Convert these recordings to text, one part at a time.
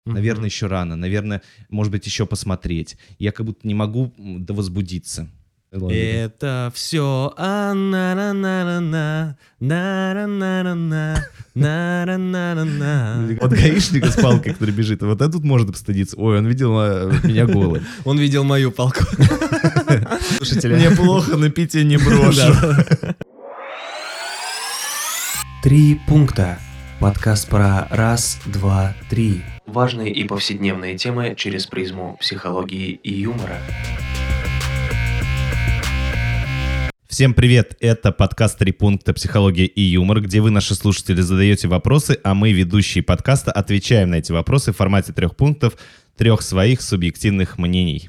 Наверное, еще рано. Наверное, может быть, еще посмотреть. Я как будто не могу довозбудиться. Это все Вот гаишник с палкой, который бежит, вот этот может обстыдиться. Ой, он видел меня голым. Он видел мою палку. Слушатели. Мне плохо, на пяти не брошу. 3 пункта. Подкаст про раз, два, три. Важные и повседневные темы через призму психологии и юмора. Всем привет, это подкаст «3 пункта. Психология и юмор», где вы, наши слушатели, задаете вопросы, а мы, ведущие подкаста, отвечаем на эти вопросы в формате 3 пунктов, 3 своих субъективных мнений.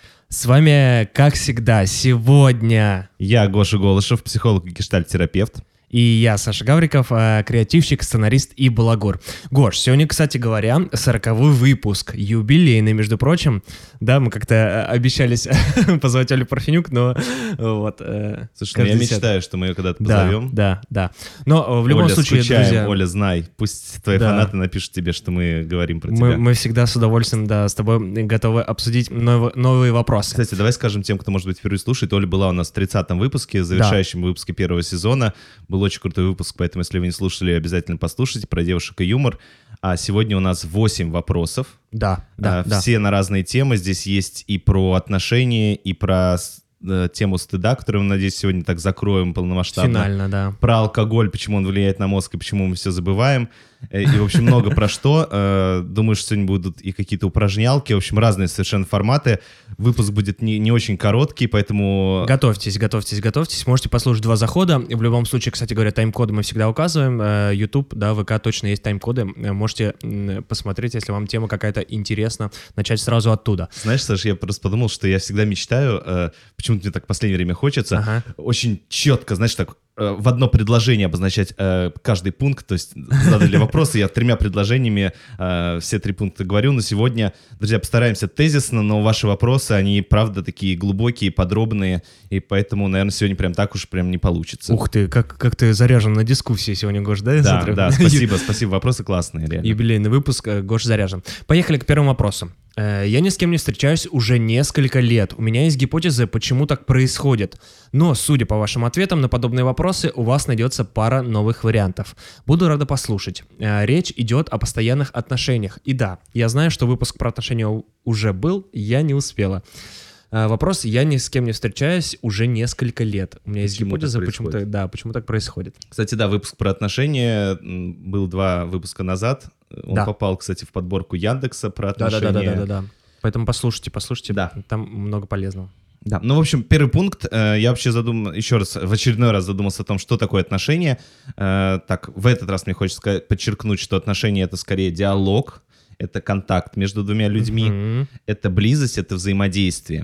С вами, как всегда, сегодня Я Гоша Голышев, психолог и гештальт-терапевт. и я, Саша Гавриков, креативщик, сценарист и балагур. Гош, сегодня, кстати говоря, 40-й выпуск, юбилейный, между прочим. Да, мы как-то обещались позвать Олю Парфенюк, но вот... Слушай, я мечтаю, что мы ее когда-то позовем. Да. Но в любом Оля, случае, скучаем, друзья... Оля, знай. Пусть твои фанаты напишут тебе, что мы говорим про тебя. Мы всегда с удовольствием, с тобой готовы обсудить новые вопросы. Кстати, давай скажем тем, кто, может быть, впервые слушает. Оля была у нас в 30-м выпуске, завершающем выпуске первого сезона. Был очень крутой выпуск, поэтому, если вы не слушали, обязательно послушайте про девушек и юмор. А сегодня у нас 8 вопросов. Да. Все на разные темы. Здесь есть и про отношения, и про тему стыда, которую мы, надеюсь, сегодня так закроем полномасштабно. Финально, да. Про алкоголь, почему он влияет на мозг и почему мы все забываем. И, в общем, много про что. Думаю, что сегодня будут и какие-то упражнялки. В общем, разные совершенно форматы. Выпуск будет не очень короткий, поэтому... Готовьтесь. Можете послушать 2 захода. В любом случае, кстати говоря, тайм-коды мы всегда указываем. YouTube, да, ВК точно есть тайм-коды. Можете посмотреть, если вам тема какая-то интересна, начать сразу оттуда. Знаешь, Саша, я просто подумал, что я всегда мечтаю, почему-то мне так в последнее время хочется, очень четко, знаешь, так в одно предложение обозначать каждый пункт, то есть задали вопросы, я 3 предложениями все 3 пункта говорю, но сегодня, друзья, постараемся тезисно, но ваши вопросы, они, правда, такие глубокие, подробные, и поэтому, наверное, сегодня прям так уж прям не получится. Ух ты, как ты заряжен на дискуссии сегодня, Гош, да? Да, спасибо, вопросы классные, реально. Юбилейный выпуск, Гош заряжен. Поехали к первому вопросу. Я ни с кем не встречаюсь уже несколько лет. У меня есть гипотезы, почему так происходит. Но, судя по вашим ответам на подобные вопросы, у вас найдется пара новых вариантов. Буду рада послушать. Речь идет о постоянных отношениях. И да, я знаю, что выпуск про отношения уже был, я не успела. Вопрос: я ни с кем не встречаюсь уже несколько лет. У меня есть гипотеза, почему так происходит. Кстати, да, выпуск про отношения был 2 выпуска назад. Он попал, кстати, в подборку Яндекса про отношения. Да. Поэтому послушайте, да. Там много полезного. Да, ну, в общем, первый пункт, я вообще в очередной раз задумался о том, что такое отношения. Так, в этот раз мне хочется подчеркнуть, что отношения — это скорее диалог, это контакт между 2 людьми, это близость, это взаимодействие.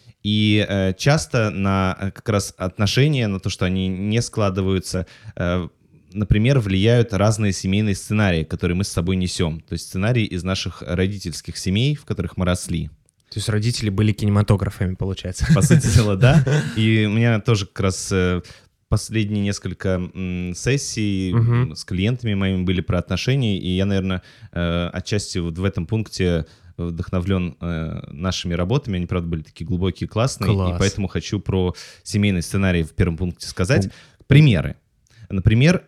И часто на как раз отношения, на то, что они не складываются, например, влияют разные семейные сценарии, которые мы с собой несем. То есть сценарии из наших родительских семей, в которых мы росли. То есть родители были кинематографами, получается. По сути дела, да. И у меня тоже как раз последние несколько сессий с клиентами моими были про отношения, и я, наверное, отчасти вот в этом пункте вдохновлен нашими работами. Они, правда, были такие глубокие, классные. Класс. И поэтому хочу про семейный сценарий в первом пункте сказать. Примеры. Например,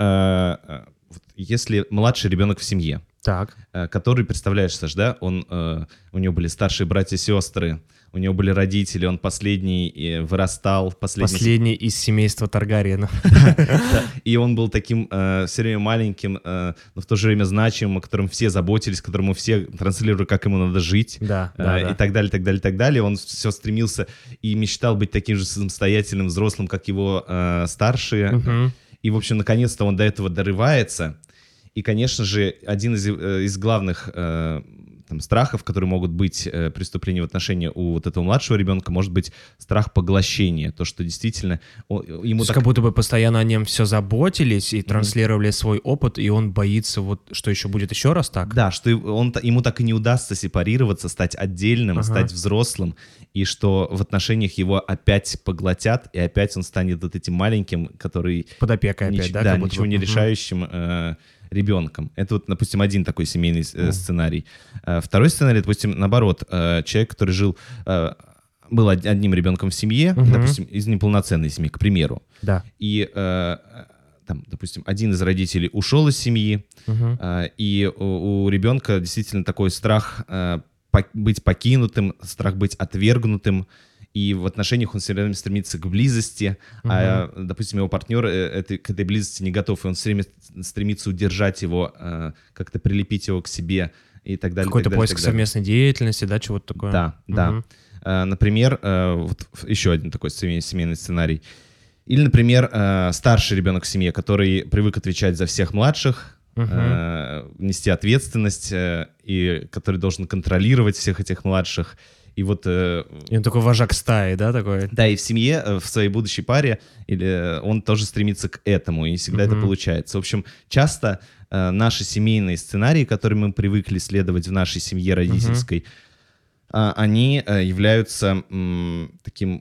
если младший ребенок в семье, который, представляешь, Саш, да, у него были старшие братья и сестры, у него были родители, он последний вырастал. Последний из семейства Таргариенов. И он был таким все время маленьким, но в то же время значимым, о котором все заботились, которому все транслировали, как ему надо жить, и так далее. Он все стремился и мечтал быть таким же самостоятельным взрослым, как его старшие. И, в общем, наконец-то он до этого дорывается. И, конечно же, один из главных страхов, которые могут быть при вступлении в отношения у вот этого младшего ребенка, может быть страх поглощения. То, что действительно ему как будто бы постоянно о нем все заботились и транслировали свой опыт, и он боится, что еще будет еще раз так. Да, что ему так и не удастся сепарироваться, стать отдельным, стать взрослым, и что в отношениях его опять поглотят, и опять он станет вот этим маленьким, который... Под опекой опять, да? Да, ничего не решающим ребенком. Это вот, допустим, один такой семейный сценарий. Второй сценарий, допустим, наоборот, человек, который был одним ребенком в семье, допустим, из неполноценной семьи, к примеру. Да. И, там, допустим, один из родителей ушел из семьи, и у ребенка действительно такой страх быть покинутым, страх быть отвергнутым, и в отношениях он все время стремится к близости, а, допустим, его партнер к этой близости не готов, и он все время стремится удержать его, как-то прилепить его к себе и так далее. Какой-то поиск совместной деятельности, да, чего-то такое? Да. Например, вот еще один такой семейный сценарий. Или, например, старший ребенок в семье, который привык отвечать за всех младших, нести ответственность, и который должен контролировать всех этих младших. И вот... И он такой вожак стаи, да, такой? Да, и в семье, в своей будущей паре он тоже стремится к этому, и не всегда это получается. В общем, часто наши семейные сценарии, которые мы привыкли следовать в нашей семье родительской, они являются таким,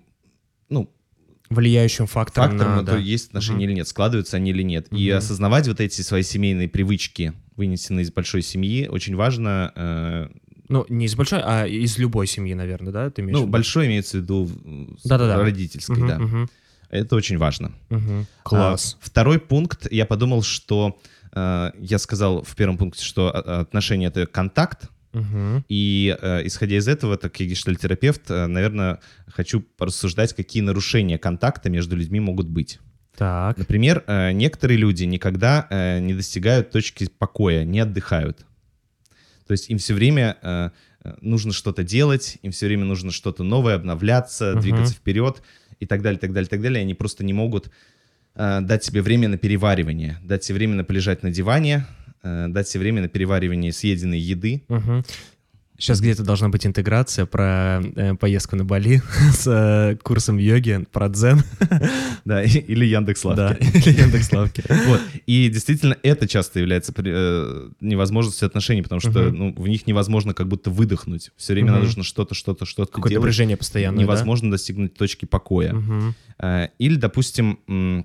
влияющим фактором на есть отношения или нет, складываются они или нет. И осознавать вот эти свои семейные привычки, вынесенные из большой семьи, очень важно... не из большой, а из любой семьи, наверное, да? Ты имеешь в виду? Большой имеется в виду родительской, да. Это очень важно. Класс. Второй пункт, я подумал, что... Я сказал в первом пункте, что отношения — это контакт. И исходя из этого, так как гештальтерапевт, наверное, хочу порассуждать, какие нарушения контакта между людьми могут быть. Так. Например, некоторые люди никогда не достигают точки покоя, не отдыхают. То есть им все время нужно что-то делать, им все время нужно что-то новое, обновляться, двигаться вперед и так далее, так далее, так далее. Они просто не могут дать себе время на переваривание, дать себе время на полежать на диване, дать себе время на переваривание съеденной еды. Сейчас где-то должна быть интеграция про поездку на Бали с курсом йоги, про дзен. Да, или Яндекс.Лавки. Да, или Яндекс.Лавки. Вот. И действительно это часто является невозможностью отношений, потому что в них невозможно как будто выдохнуть. Все время нужно что-то делать. Какое-то напряжение постоянное, невозможно достигнуть точки покоя. Или, допустим...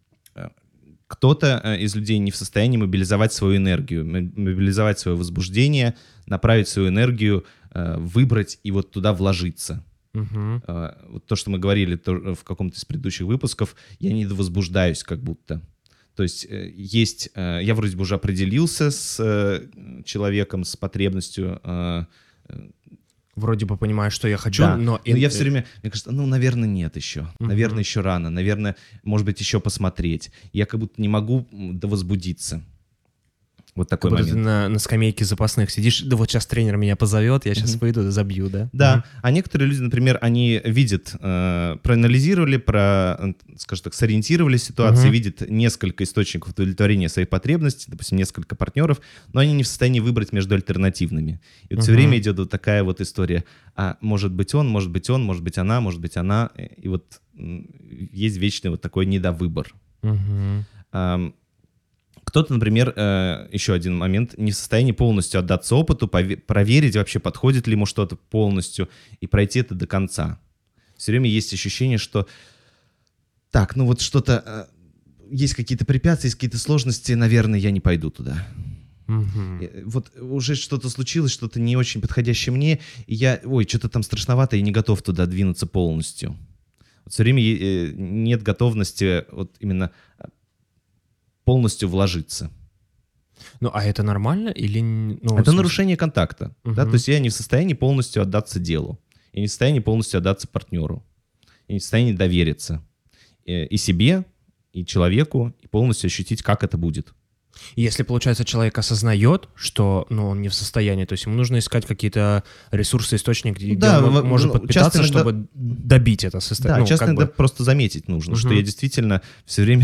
Кто-то из людей не в состоянии мобилизовать свою энергию, мобилизовать свое возбуждение, направить свою энергию, выбрать и вот туда вложиться. Вот то, что мы говорили в каком-то из предыдущих выпусков, я недовозбуждаюсь как будто. То есть я вроде бы уже определился с человеком, с потребностью. Вроде бы понимаю, что я хочу, да, но я все время, мне кажется, наверное, нет еще. Наверное, еще рано. Наверное, может быть, еще посмотреть. Я как будто не могу довозбудиться. Вот такой момент. Ты на скамейке запасных сидишь, да вот сейчас тренер меня позовет, я сейчас выйду и забью, да? Да, а некоторые люди, например, они видят, проанализировали, скажем так, сориентировали ситуацию, видят несколько источников удовлетворения своих потребностей, допустим, несколько партнеров, но они не в состоянии выбрать между альтернативными. И вот все время идет вот такая вот история. А может быть он, может быть он, может быть она, и вот есть вечный вот такой недовыбор. Кто-то, например, еще один момент, не в состоянии полностью отдаться опыту, проверить вообще, подходит ли ему что-то полностью, и пройти это до конца. Все время есть ощущение, что так, вот что-то, есть какие-то препятствия, есть какие-то сложности, наверное, я не пойду туда. Вот уже что-то случилось, что-то не очень подходящее мне, и что-то там страшновато, и не готов туда двинуться полностью. Вот все время нет готовности вот именно... полностью вложиться. А это нормально или... это нарушение контакта. Да? То есть я не в состоянии полностью отдаться делу. Я не в состоянии полностью отдаться партнеру. Я не в состоянии довериться и себе, и человеку, и полностью ощутить, как это будет. Если, получается, человек осознает, что он не в состоянии, то есть ему нужно искать какие-то ресурсы, источники, где он может подпитаться, чтобы добить это состояние. Да, часто иногда просто заметить нужно, что я действительно все время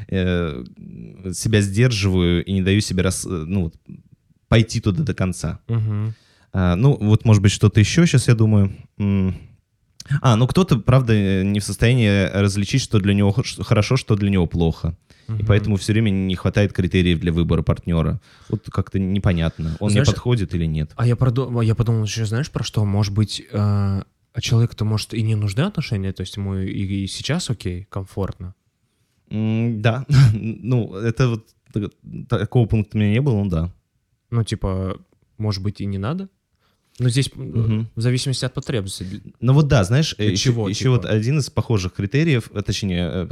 себя сдерживаю и не даю себе пойти туда до конца. Вот, может быть, что-то еще сейчас, я думаю... кто-то, правда, не в состоянии различить, что для него хорошо, что для него плохо. И поэтому все время не хватает критериев для выбора партнера. Вот как-то непонятно, он мне подходит или нет. А я подумал еще, знаешь, про что? Может быть, человеку-то, может, и не нужны отношения, то есть ему и сейчас окей, комфортно? Да, это вот такого пункта у меня не было, ну да. Ну, типа, может быть, и не надо? Но здесь в зависимости от потребностей. Ну вот да, знаешь, еще типа? вот один из похожих критериев, точнее,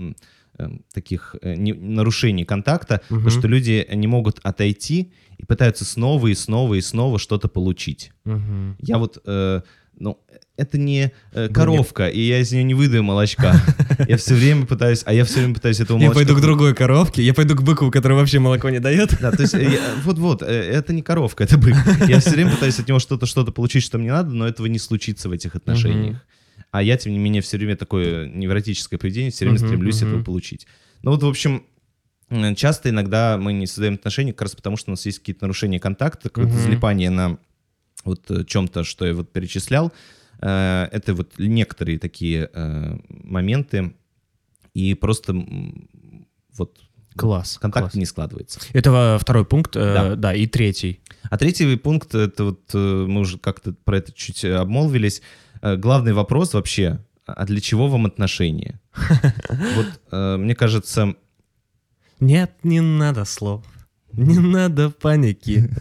таких нарушений контакта, то, что люди не могут отойти и пытаются снова и снова и снова что-то получить. Я вот... это не коровка, и я из нее не выдаю молочка. Я все время пытаюсь этого молочка... Я пойду к другой коровке, я пойду к быку, который вообще молоко не дает. Да, то есть вот, это не коровка, это бык. Я все время пытаюсь от него что-то получить, что мне надо, но этого не случится в этих отношениях. А я, тем не менее, все время такое невротическое поведение, все время стремлюсь этого получить. Ну вот, в общем, часто иногда мы не создаем отношения как раз потому, что у нас есть какие-то нарушения контакта, какое-то залипание на вот чем-то, что я вот перечислял. Это вот некоторые такие моменты, и просто вот контакт не складывается. Это второй пункт, да, и третий. А третий пункт, это вот мы уже как-то про это чуть обмолвились. Главный вопрос вообще, а для чего вам отношения? Вот, мне кажется... Нет, не надо слов. Не надо паники.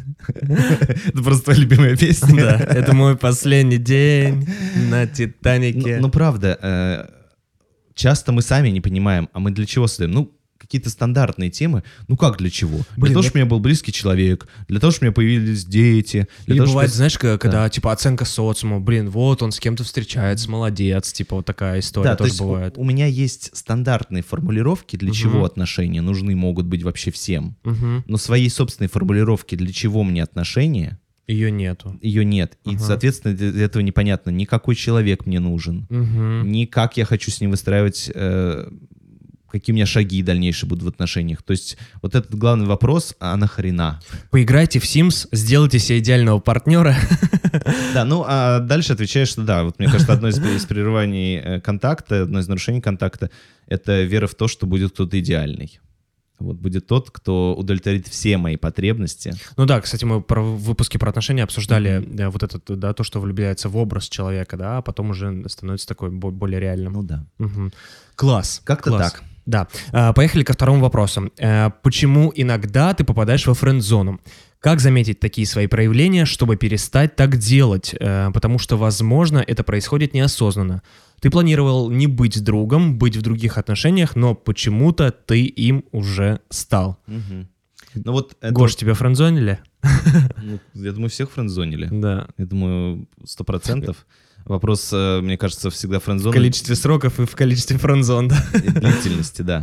Это просто твоя любимая песня. Да, это мой последний день на Титанике. Ну, правда, часто мы сами не понимаем, а мы для чего создаем? Ну, какие-то стандартные темы. Ну как для чего? Для того, чтобы у меня был близкий человек, для того, чтобы у меня появились дети. Или бывает, знаешь, когда типа оценка социума, вот он с кем-то встречается, молодец, типа вот такая история тоже бывает. У меня есть стандартные формулировки, для чего отношения нужны могут быть вообще всем. Но своей собственной формулировки, для чего мне отношения, ее нету. Ее нет. И, соответственно, для этого непонятно, ни какой человек мне нужен, ни как я хочу с ним выстраивать... какие у меня шаги дальнейшие будут в отношениях. То есть вот этот главный вопрос, а нахрена? Поиграйте в Sims, сделайте себе идеального партнера. Да, ну а дальше отвечаешь, что да, вот мне кажется, одно из прерываний контакта, одно из нарушений контакта — это вера в то, что будет кто-то идеальный. Вот будет тот, кто удовлетворит все мои потребности. Ну да, кстати, мы в выпуске про отношения обсуждали вот это, да, то, что влюбляется в образ человека, да, а потом уже становится такой более реальным. Ну да. Класс. Как-то так. Да. Поехали ко второму вопросу. Почему иногда ты попадаешь во френд-зону? Как заметить такие свои проявления, чтобы перестать так делать? Потому что, возможно, это происходит неосознанно. Ты планировал не быть другом, быть в других отношениях, но почему-то ты им уже стал. Ну, вот это... Гош, тебя френдзонили? Ну, я думаю, всех френдзонили. Да. Я думаю, 100%. Вопрос, мне кажется, всегда френдзон. В количестве сроков и в количестве френдзон, да. И длительности, да.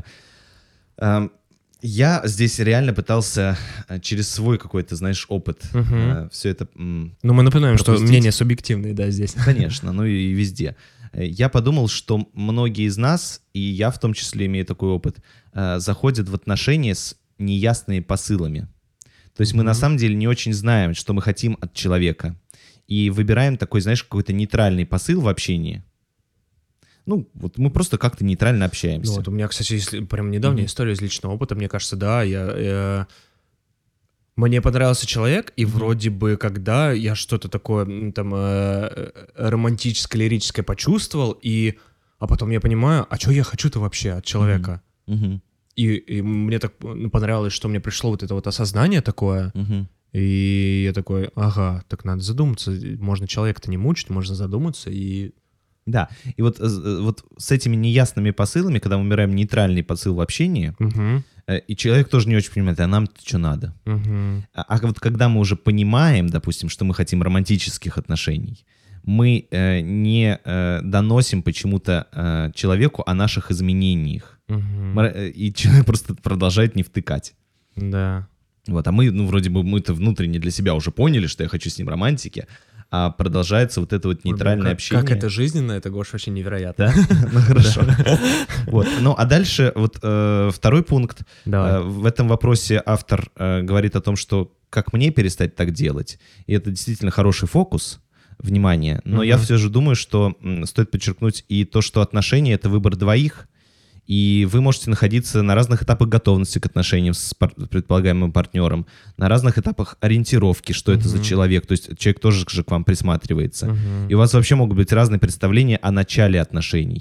Я здесь реально пытался через свой какой-то, знаешь, опыт все это Ну, мы напоминаем, что мнения субъективные, да, здесь. Конечно, ну и везде. Я подумал, что многие из нас, и я в том числе имею такой опыт, заходят в отношения с неясными посылами. То есть мы на самом деле не очень знаем, что мы хотим от человека. И выбираем такой, знаешь, какой-то нейтральный посыл в общении. Ну, вот мы просто как-то нейтрально общаемся. Ну, вот у меня, кстати, прям недавняя история из личного опыта. Мне кажется, да, мне понравился человек, и вроде бы, когда я что-то такое там романтическое, лирическое почувствовал, а потом я понимаю, а что я хочу-то вообще от человека? И мне так понравилось, что мне пришло вот это вот осознание такое, и я такой, ага, так надо задуматься. Можно человека-то не мучить, можно задуматься и... Да, и вот с этими неясными посылами, когда мы выбираем нейтральный посыл в общении, и человек тоже не очень понимает, а нам что надо. А вот когда мы уже понимаем, допустим, что мы хотим романтических отношений, мы не доносим почему-то человеку о наших изменениях. И человек просто продолжает не втыкать. Да. Вот, а мы, ну, вроде бы мы-то внутренне для себя уже поняли, что я хочу с ним романтики, а продолжается вот это вот нейтральное общение. Как это жизненно, это, Гош, вообще невероятно. Да? Ну, хорошо. Вот. Ну, а дальше вот второй пункт. В этом вопросе автор говорит о том, что как мне перестать так делать. И это действительно хороший фокус, внимание. Но я все же думаю, что стоит подчеркнуть и то, что отношения — это выбор двоих, и вы можете находиться на разных этапах готовности к отношениям с предполагаемым партнером, на разных этапах ориентировки, что это за человек, то есть человек тоже же к вам присматривается. И у вас вообще могут быть разные представления о начале отношений,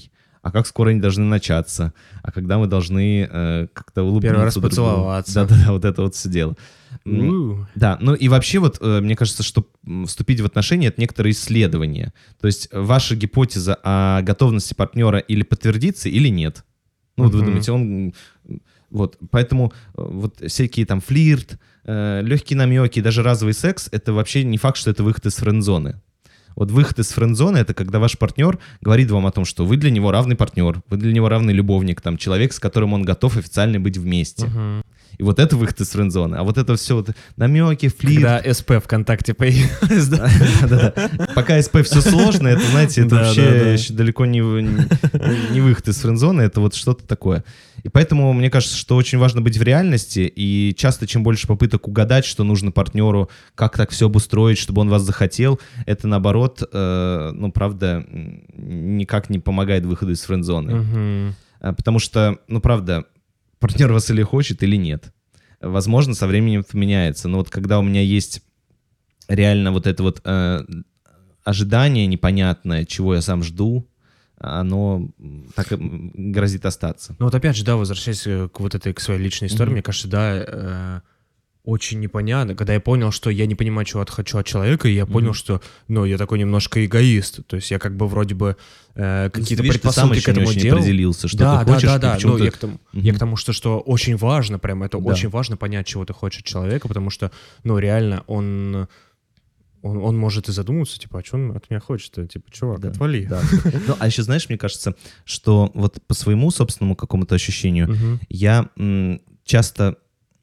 а как скоро они должны начаться, а когда мы должны как-то улыбнуться. Первый раз поцеловаться. Да-да-да, вот это вот все дело. Да, ну и вообще вот мне кажется, что вступить в отношения — это некоторые исследования. То есть ваша гипотеза о готовности партнера или подтвердится, или нет. Ну вот вы думаете, он... Вот, поэтому вот всякие там флирт, легкие намеки, даже разовый секс — это вообще не факт, что это выход из френд-зоны. Вот выход из френд-зоны — это когда ваш партнер говорит вам о том, что вы для него равный партнер, вы для него равный любовник, там, человек, с которым он готов официально быть вместе. И вот это выход из френд-зоны. А вот это все вот намеки, флирт. Когда СП ВКонтакте появилось, да? Да-да. Пока СП все сложно, это, знаете, это вообще еще далеко не выход из френд-зоны, это вот что-то такое. И поэтому мне кажется, что очень важно быть в реальности, и часто чем больше попыток угадать, что нужно партнеру, как так все обустроить, чтобы он вас захотел, это наоборот, ну, правда, никак не помогает выходу из френд-зоны. Потому что, ну, правда, партнер вас или хочет, или нет. Возможно, со временем поменяется. Но вот когда у меня есть реально вот это вот ожидание непонятное, чего я сам жду, оно так и грозит остаться. Ну вот опять же, да, возвращаясь к вот этой, к своей личной истории, мне кажется, да, очень непонятно, когда я понял, что я не понимаю, чего хочу от человека, и я понял, что, ну, я такой немножко эгоист, то есть я как бы вроде бы какие-то предпосылки к этому делал. Определился, что ты хочешь, да, ну, я к тому, что очень важно, прям это очень важно понять, чего ты хочешь от человека, потому что, ну, реально, он может и задуматься, типа, а что он от меня хочет-то? Типа, чувак, отвали. Да. Ну, а еще, знаешь, мне кажется, что вот по своему собственному какому-то ощущению я часто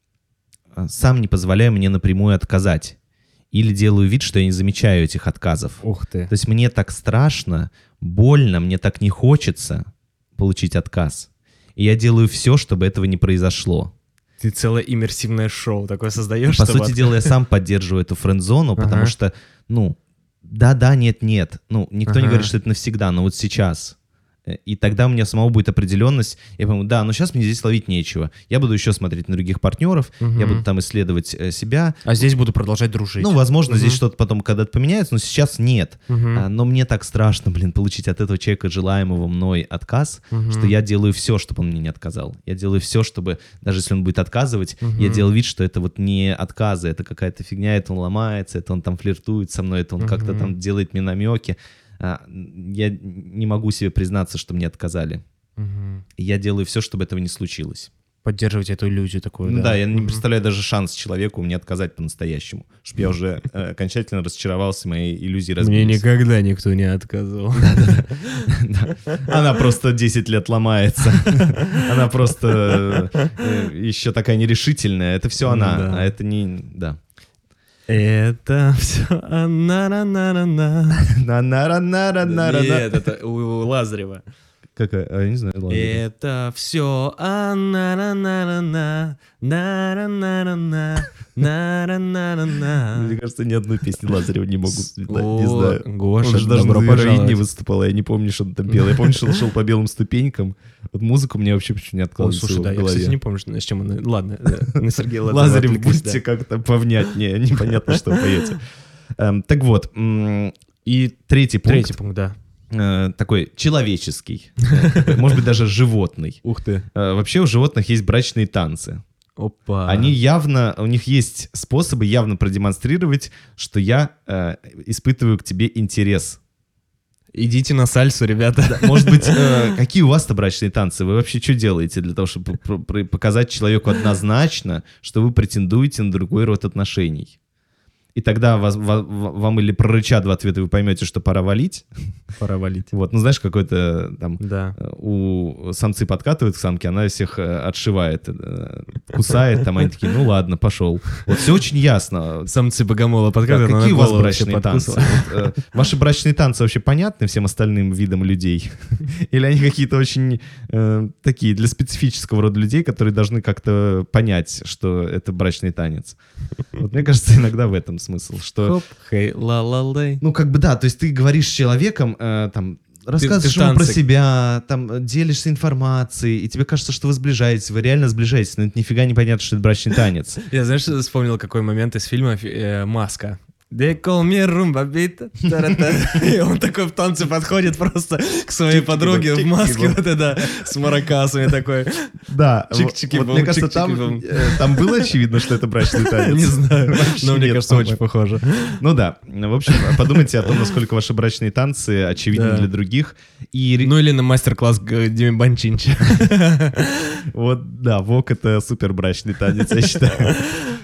сам не позволяю мне напрямую отказать. Или делаю вид, что я не замечаю этих отказов. Ух ты. То есть мне так страшно, больно, мне так не хочется получить отказ. И я делаю все, чтобы этого не произошло. Ты целое иммерсивное шоу такое создаешь? По сути дела, я сам поддерживаю эту френд-зону, потому что, ну, да, нет. Ну, никто не говорит, что это навсегда, но вот сейчас. И тогда у меня самого будет определенность. Я пойму, да, но сейчас мне здесь ловить нечего. Я буду еще смотреть на других партнеров, я буду там исследовать себя. А здесь буду продолжать дружить. Ну, возможно, здесь что-то потом когда-то поменяется, но сейчас нет. Но мне так страшно, получить от этого человека желаемого мной отказ, что я делаю все, чтобы он мне не отказал. Я делаю все, чтобы, даже если он будет отказывать, я делаю вид, что это вот не отказы, это какая-то фигня, это он ломается, это он там флиртует со мной, это он как-то там делает мне намеки. Я не могу себе признаться, что мне отказали. Я делаю все, чтобы этого не случилось. Поддерживать эту иллюзию такую, да? Да, я не представляю даже шанс человеку мне отказать по-настоящему. Чтобы я уже окончательно разочаровался, моей иллюзии разбились. Мне никогда никто не отказывал. Она просто 10 лет ломается. Она просто еще такая нерешительная. Это все она, а это не... Да. Это все на-на-на-на-на. Нет, это у Лазарева. Какая? Я не знаю. Это все на-на-на-на-на. На-на-на-на-на. На-на-на-на-на. Мне кажется, ни одной песни Лазарева не могу спеть. Не знаю. Гоша, он же даже на Евровидении выступал, я не помню, что он там пел. Я помню, что он шел по белым ступенькам. Вот музыку мне вообще почему не откладывается. Слушай, да, я, кстати, не помню, с чем он... Ладно, на Сергея Лазарев, будьте как-то повнятнее, непонятно, что поете. Так вот, и третий пункт. Третий пункт, да. Такой человеческий, может быть, даже животный. Ух ты. Вообще у животных есть брачные танцы. Опа. Они явно, у них есть способы явно продемонстрировать, что я испытываю к тебе интерес. Идите на сальсу, ребята. Да, может быть, какие у вас-то брачные танцы? Вы вообще что делаете для того, чтобы показать человеку однозначно, что вы претендуете на другой род отношений? И тогда вам или прорычат в ответ, и вы поймете, что пора валить. Пора валить. Вот, ну знаешь, какой-то там да. У самцы подкатывают к самке, она всех отшивает, кусает, там они такие, ну ладно, пошел. Вот все очень ясно. Самцы богомола подкатывают, да, какие у вас брачные танцы? Вот, ваши брачные танцы вообще понятны всем остальным видам людей? Или они какие-то очень такие для специфического рода людей, которые должны как-то понять, что это брачный танец? Вот мне кажется, иногда в этом смысл, что... Хоп, хей, ла-ла-лей. Ну, как бы да, то есть ты говоришь с человеком, там, рассказываешь ему про себя, там, делишься информацией, и тебе кажется, что вы сближаетесь, вы реально сближаетесь, но это нифига не понятно, что это брачный танец. Я, знаешь, вспомнил какой момент из фильма «Маска». They call me Rumba Beat. И он такой в танце подходит просто к своей подруге в маске вот это, с маракасами такой. Да, вот мне кажется, там было очевидно, что это брачный танец. Не знаю, но мне кажется, очень похоже. Ну да, в общем, подумайте о том, насколько ваши брачные танцы очевидны для других. Ну или на мастер-класс к Диме Банчинчи. Вот, да, вок — это супер брачный танец, я считаю.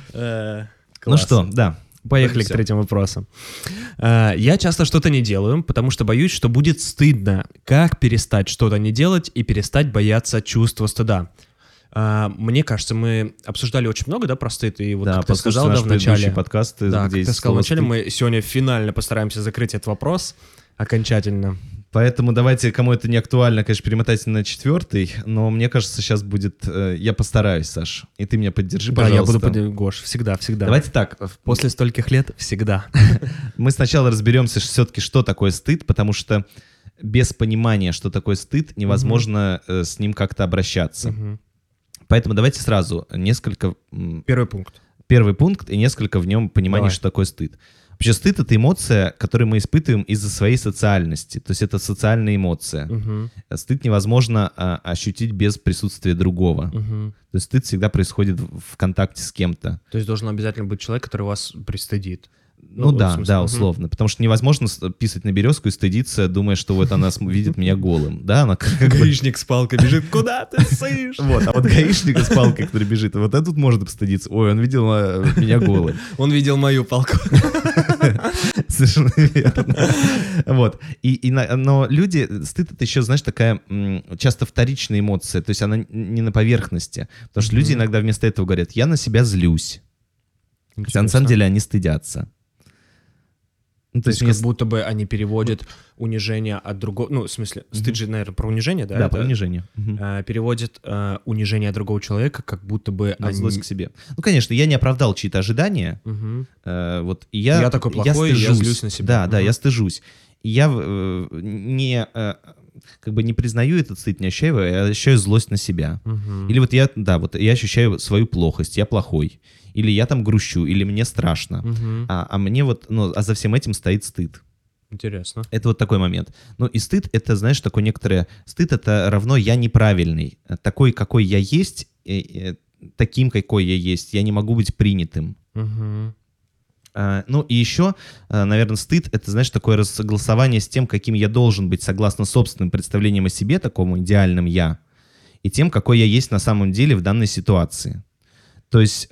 Ну что, да. Поехали к третьему вопросу. Я часто что-то не делаю, потому что боюсь, что будет стыдно. Как перестать что-то не делать и перестать бояться чувства стыда? Мне кажется, мы обсуждали очень много, да, про стыд, и вот да, как ты сказал, да, в начале, подкасты, да, где как ты сказал в начале, мы сегодня финально постараемся закрыть этот вопрос окончательно. Поэтому давайте, кому это не актуально, конечно, перемотайте на 4, но мне кажется, сейчас будет... Я постараюсь, Саш, и ты меня поддержи, да, пожалуйста. Да, я буду, Гош, всегда. Давайте так. После стольких лет всегда. Мы сначала разберемся все-таки, что такое стыд, потому что без понимания, что такое стыд, невозможно с ним как-то обращаться. Поэтому давайте сразу несколько... Первый пункт и несколько в нем понимания, что такое стыд. Вообще стыд — это эмоция, которую мы испытываем из-за своей социальности. То есть это социальная эмоция. Стыд невозможно ощутить без присутствия другого. То есть стыд всегда происходит в контакте с кем-то. То есть должен обязательно быть человек, который вас пристыдит. Ну да, да, условно. Потому что невозможно писать на березку и стыдиться, думая, что вот она видит меня голым. Да, она как гаишник с палкой бежит, куда ты ссышь? Вот, а вот гаишник с палкой, который бежит, вот этот можно постыдиться. Ой, он видел меня голым. Он видел мою палку. Совершенно верно. Вот. Но люди, стыд — это еще, знаешь, такая часто вторичная эмоция, то есть она не на поверхности. Потому что люди иногда вместо этого говорят: я на себя злюсь. Хотя на самом деле они стыдятся. Ну, то есть как будто бы они переводят унижение от другого... Ну, в смысле, стыд же, наверное, про унижение, да? Да, про унижение. Переводят унижение от другого человека, как будто бы... Злость к себе. Ну, конечно, я не оправдал чьи-то ожидания. Вот, и я такой плохой, я злюсь на себя. Да, я стыжусь. И я не признаю этот стыд, не ощущаю его, я ощущаю злость на себя. Или вот я ощущаю свою плохость, я плохой. Или я там грущу, или мне страшно. А мне а за всем этим стоит стыд. Интересно. Это вот такой момент. Ну и стыд — это, знаешь, такое некоторое... Стыд — это равно я неправильный. Такой, какой я есть, таким, какой я есть, я не могу быть принятым. Ну и еще, наверное, стыд — это, знаешь, такое рассогласование с тем, каким я должен быть согласно собственным представлениям о себе, такому идеальном я, и тем, какой я есть на самом деле в данной ситуации. То есть,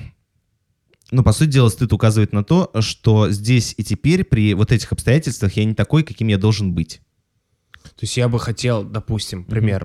по сути дела, стыд указывает на то, что здесь и теперь при вот этих обстоятельствах я не такой, каким я должен быть. То есть я бы хотел, допустим, пример.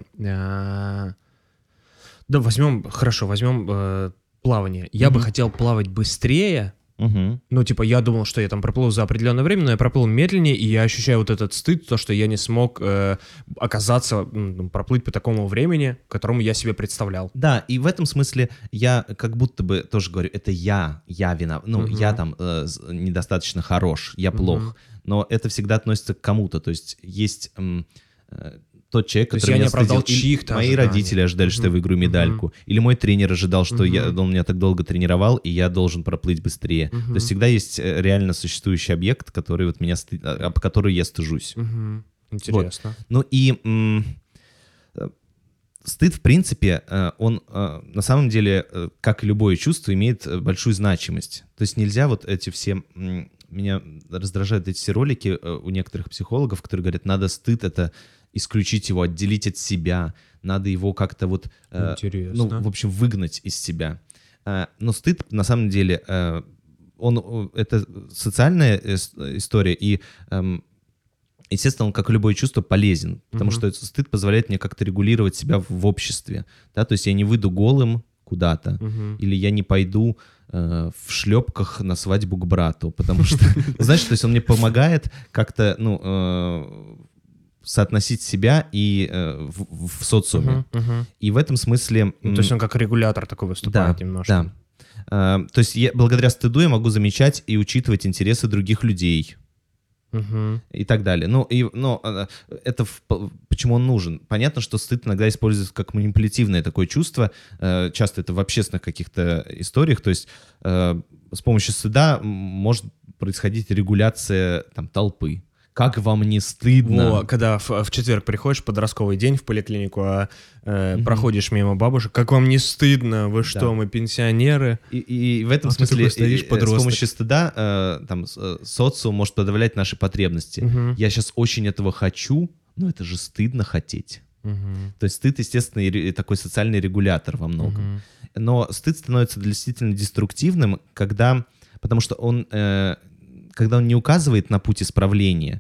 Да, возьмем плавание. Я бы хотел плавать быстрее. Ну, типа, я думал, что я там проплыл за определенное время, но я проплыл медленнее, и я ощущаю вот этот стыд, то, что я не смог проплыть по такому времени, которому я себе представлял. Да, и в этом смысле я как будто бы тоже говорю, это я виноват. Ну, я там недостаточно хорош, я плох. Но это всегда относится к кому-то. То есть есть... тот человек, который меня стыдил. Мои родители ожидали, что я выиграю медальку. Или мой тренер ожидал, что он меня так долго тренировал, и я должен проплыть быстрее. То есть всегда есть реально существующий объект, который вот меня об который я стыжусь. Интересно. Вот. Ну и стыд, в принципе, он на самом деле, как и любое чувство, имеет большую значимость. То есть нельзя вот эти все... Меня раздражают эти все ролики у некоторых психологов, которые говорят, надо стыд это... исключить его, отделить от себя, надо его как-то вот, в общем, выгнать из себя. Но стыд, на самом деле, это социальная история, и, естественно, он, как и любое чувство, полезен, потому что стыд позволяет мне как-то регулировать себя в обществе, да, то есть я не выйду голым куда-то, или я не пойду в шлепках на свадьбу к брату, потому что, знаешь, то есть он мне помогает как-то, соотносить себя и в социуме. И в этом смысле... То есть он как регулятор такой выступает немножко. Да. То есть благодаря стыду я могу замечать и учитывать интересы других людей. И так далее. Это почему он нужен? Понятно, что стыд иногда используется как манипулятивное такое чувство. Часто это в общественных каких-то историях. То есть с помощью стыда может происходить регуляция там толпы. Как вам не стыдно? Когда в четверг приходишь, подростковый день в поликлинику, проходишь мимо бабушек, как вам не стыдно? Вы что, мы пенсионеры? И в этом смысле с помощью стыда социум может подавлять наши потребности. Я сейчас очень этого хочу, но это же стыдно хотеть. То есть стыд, естественно, такой социальный регулятор во многом. Но стыд становится действительно деструктивным, потому что он... когда он не указывает на путь исправления,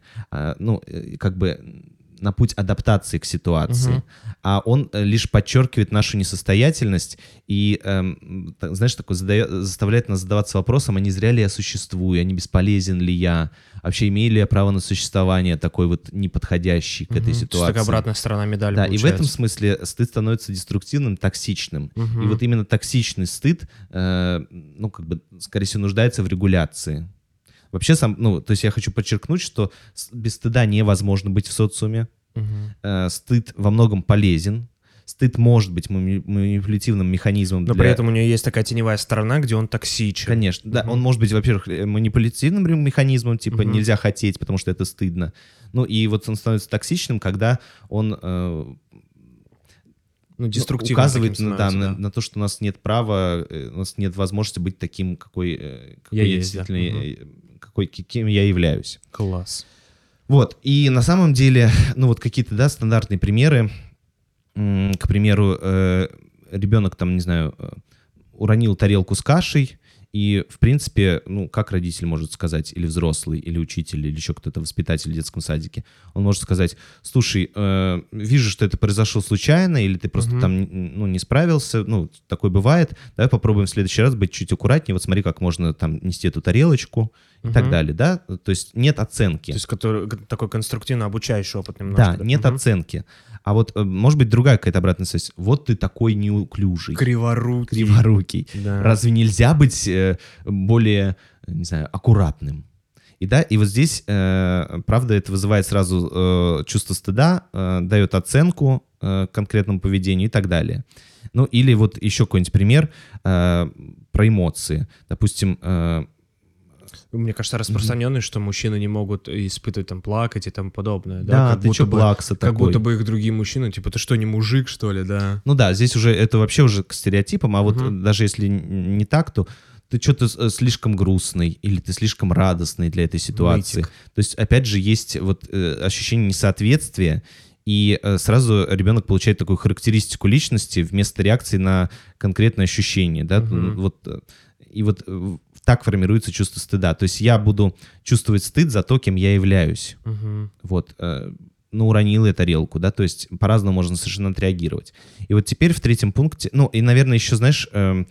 на путь адаптации к ситуации, а он лишь подчеркивает нашу несостоятельность и, заставляет нас задаваться вопросом, а не зря ли я существую, а не бесполезен ли я, вообще имею ли я право на существование такой вот неподходящий к этой ситуации. Такая обратная сторона медали. Да, и в этом смысле стыд становится деструктивным, токсичным. И вот именно токсичный стыд, скорее всего, нуждается в регуляции. Вообще, то есть я хочу подчеркнуть, что без стыда невозможно быть в социуме. Стыд во многом полезен. Стыд может быть манипулятивным механизмом. Но при этом у него есть такая теневая сторона, где он токсичен. Конечно, да. Он может быть, во-первых, манипулятивным механизмом, типа нельзя хотеть, потому что это стыдно. Ну и вот он становится токсичным, когда он... указывает на то, что у нас нет права, у нас нет возможности быть таким, каким я являюсь. Класс. Вот, и на самом деле, какие-то, стандартные примеры. К примеру, ребенок уронил тарелку с кашей, и, в принципе, как родитель может сказать, или взрослый, или учитель, или еще кто-то, воспитатель в детском садике, он может сказать: слушай, вижу, что это произошло случайно, или ты просто не справился, такое бывает, давай попробуем в следующий раз быть чуть аккуратнее, вот смотри, как можно нести эту тарелочку и так далее, да, то есть нет оценки. То есть такой конструктивно-обучающий опыт немножко. Да, нет оценки. А вот, может быть, другая какая-то обратная связь. Вот ты такой неуклюжий. Криворукий. Да. Разве нельзя быть более, не знаю, аккуратным? И вот здесь, правда, это вызывает сразу чувство стыда, дает оценку конкретному поведению и так далее. Или вот еще какой-нибудь пример про эмоции. Допустим... Мне кажется, распространенный, что мужчины не могут испытывать плакать и тому подобное. Да, ты что плакса такой? Как будто бы их другие мужчины, ты что, не мужик, что ли, да? Здесь уже это вообще уже к стереотипам, а вот даже если не так, то ты что-то слишком грустный или ты слишком радостный для этой ситуации. Нытик. То есть, опять же, есть ощущение несоответствия, и сразу ребенок получает такую характеристику личности вместо реакции на конкретное ощущение, да, так формируется чувство стыда. То есть я буду чувствовать стыд за то, кем я являюсь. Уронил я тарелку, да, то есть по-разному можно совершенно отреагировать. И вот теперь в третьем пункте, и, наверное, еще, знаешь,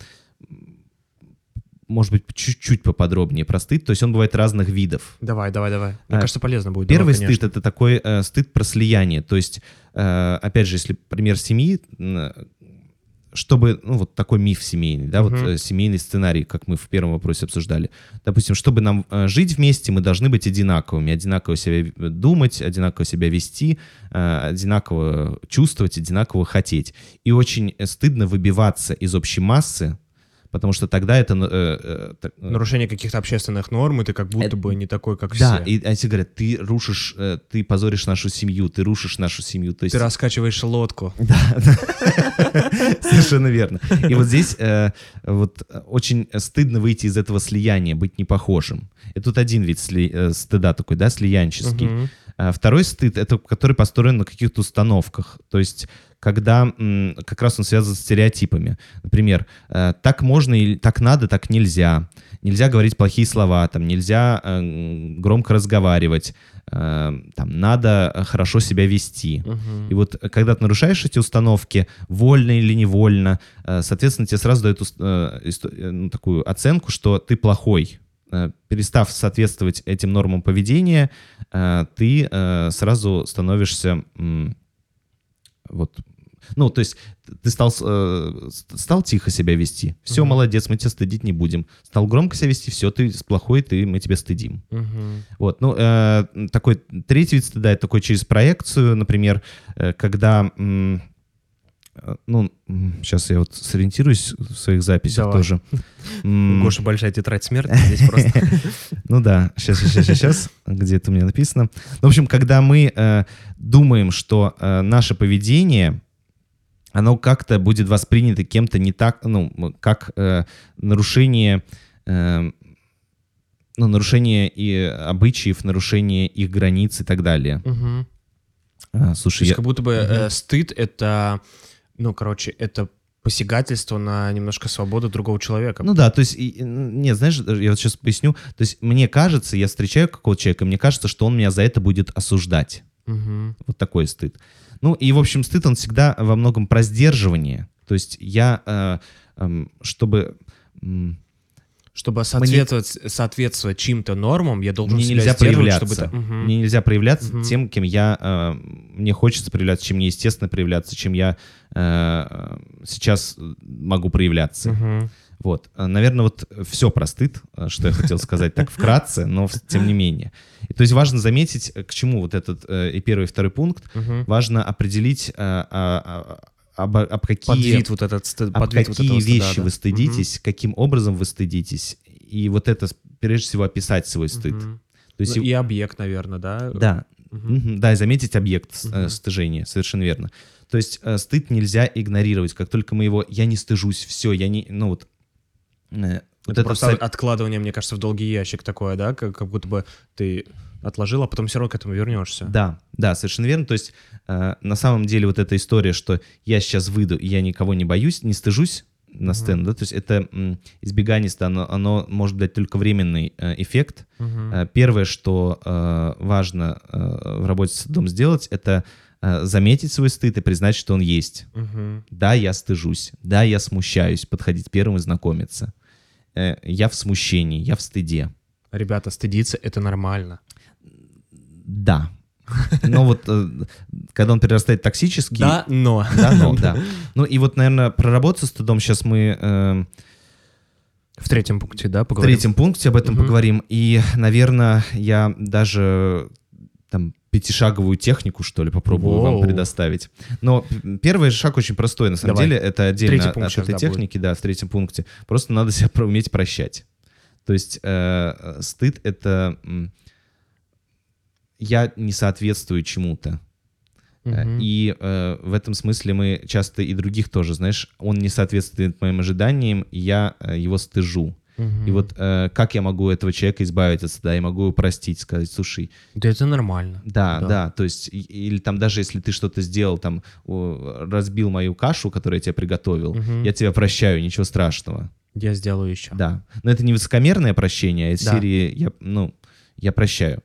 может быть, чуть-чуть поподробнее про стыд. То есть он бывает разных видов. Давай. Мне кажется, полезно будет. Первый стыд — это такой стыд про слияние. То есть, опять же, если пример семьи, чтобы, такой миф семейный, да, семейный сценарий, как мы в первом вопросе обсуждали. Допустим, чтобы нам жить вместе, мы должны быть одинаковыми, одинаково себя думать, одинаково себя вести, одинаково чувствовать, одинаково хотеть. И очень стыдно выбиваться из общей массы, потому что тогда это... нарушение каких-то общественных норм, и ты как будто бы не такой, как все. Да, и они говорят, ты позоришь нашу семью, ты рушишь нашу семью. То есть... Ты раскачиваешь лодку. Да, совершенно верно. И вот здесь очень стыдно выйти из этого слияния, быть непохожим. И тут один вид стыда такой, да, слиянческий. Второй стыд — это который построен на каких-то установках. То есть когда как раз он связан с стереотипами. Например, так можно, или так надо, так нельзя. Нельзя говорить плохие слова, нельзя громко разговаривать, надо хорошо себя вести. И вот когда ты нарушаешь эти установки, вольно или невольно, соответственно, тебе сразу дают такую оценку, что ты плохой. Перестав соответствовать этим нормам поведения, ты сразу становишься... то есть ты стал тихо себя вести. Все, молодец, мы тебя стыдить не будем. Стал громко себя вести, все, ты плохой, мы тебя стыдим. Такой третий вид стыда — это такой через проекцию, например, когда ну, сейчас я вот сориентируюсь в своих записях. Давай. Тоже. Гоша, большая тетрадь смерти здесь просто. Ну да, сейчас, где-то у меня написано. В общем, когда мы думаем, что наше поведение, оно как-то будет воспринято кем-то не так, ну, как нарушение и обычаев, нарушение их границ и так далее. Слушай, то есть как будто бы стыд — это, ну, короче, это посягательство на немножко свободу другого человека. Ну да, то есть, нет, знаешь, я вот сейчас поясню. То есть мне кажется, я встречаю какого-то человека, мне кажется, что он меня за это будет осуждать. Вот такой стыд. Ну и, в общем, стыд, он всегда во многом про сдерживание. То есть я, чтобы соответствовать чьим-то нормам, я должен себя сдерживать, чтобы это... Мне нельзя проявляться тем, кем мне хочется проявляться, чем мне естественно проявляться, чем я сейчас могу проявляться. Вот. Наверное, вот все про стыд, что я хотел сказать так вкратце, но тем не менее. То есть важно заметить, к чему вот этот и первый, и второй пункт. Важно определить, об какие вещи вы стыдитесь, каким образом вы стыдитесь, и вот это, прежде всего, описать свой стыд. То есть и объект, наверное, да? Да, да, и заметить объект стыжения, совершенно верно. То есть стыд нельзя игнорировать, как только мы его, я не стыжусь, все, я не, ну вот... Это просто откладывание, мне кажется, в долгий ящик такое, да, как будто бы ты отложил, а потом все равно к этому вернешься. Да, совершенно верно. То есть на самом деле вот эта история, что я сейчас выйду, и я никого не боюсь, не стыжусь на сцену, да, то есть это избегание стыда, оно может дать только временный эффект. Первое, что важно в работе с стыдом сделать, это заметить свой стыд и признать, что он есть. Да, я стыжусь, да, я смущаюсь подходить первым и знакомиться. Я в смущении, я в стыде. Ребята, стыдиться — это нормально. Да. Но вот когда он перерастает в токсический... Да, но. Да. Ну и вот, наверное, проработать со стыдом сейчас мы... В третьем пункте, да, поговорим? В третьем пункте об этом поговорим. И, наверное, я даже там 5-шаговую технику, что ли, попробую вам предоставить. Но первый шаг очень простой, на самом деле. Это отдельно от этой техники, да, в третьем пункте. Просто надо себя уметь прощать. То есть стыд — это... Я не соответствую чему-то. И в этом смысле мы часто и других тоже, знаешь, он не соответствует моим ожиданиям, и я его стыжу. И вот как я могу этого человека избавить от стыда? Я могу его простить, сказать, слушай... Да это нормально. Да, то есть, или там даже если ты что-то сделал, там, разбил мою кашу, которую я тебе приготовил, я тебя прощаю, ничего страшного. Я сделаю еще. Да, но это не высокомерное прощение, а из серии я прощаю.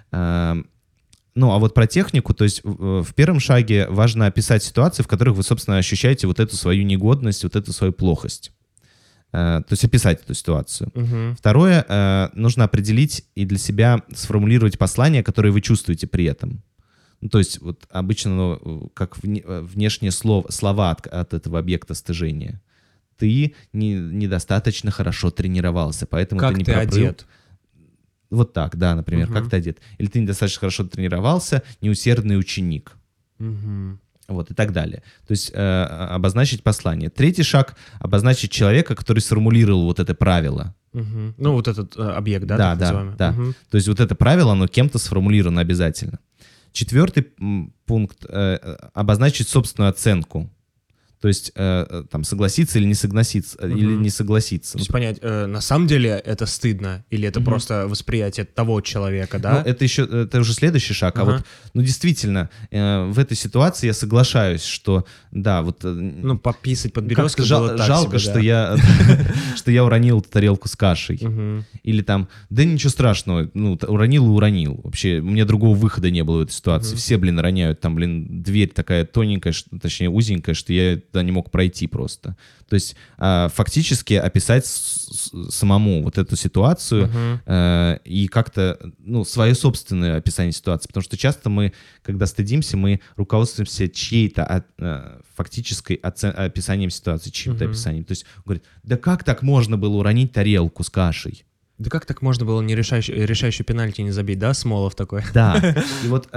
Ну, а вот про технику, то есть в первом шаге важно описать ситуации, в которых вы, собственно, ощущаете вот эту свою негодность, вот эту свою плохость. То есть описать эту ситуацию. Второе, нужно определить и для себя сформулировать послание, которое вы чувствуете при этом. Ну, то есть вот обычно как внешние слова от этого объекта стыжения. Ты недостаточно хорошо тренировался, поэтому как ты не проплыл. Одет? Вот так, да, например, как ты одет. Или ты недостаточно хорошо тренировался, неусердный ученик. Вот, и так далее. То есть обозначить послание. Третий шаг — обозначить человека, который сформулировал вот это правило. Ну, вот этот объект, да? Да. То есть вот это правило, оно кем-то сформулировано обязательно. Четвертый пункт — обозначить собственную оценку. То есть там согласиться или не согласиться, или не согласиться. То есть понять, на самом деле это стыдно, или это просто восприятие того человека, да? Ну, это уже следующий шаг. А вот, ну, действительно, в этой ситуации я соглашаюсь, что, да, вот... Ну, пописать под березкой было так жалко, себе, что я уронил эту тарелку с кашей. Или там, да ничего страшного, ну, уронил и уронил. Вообще, у меня другого выхода не было в этой ситуации. Все, роняют. Там, дверь такая тоненькая, точнее, узенькая, что я туда не мог пройти просто. То есть фактически описать самому вот эту ситуацию и как-то, ну, свое собственное описание ситуации. Потому что часто мы, когда стыдимся, мы руководствуемся чьей-то фактической описанием ситуации, чьим-то описанием. То есть он говорит, да как так можно было уронить тарелку с кашей? Да как так можно было решающий пенальти не забить, да, Смолов такой? Да, и вот,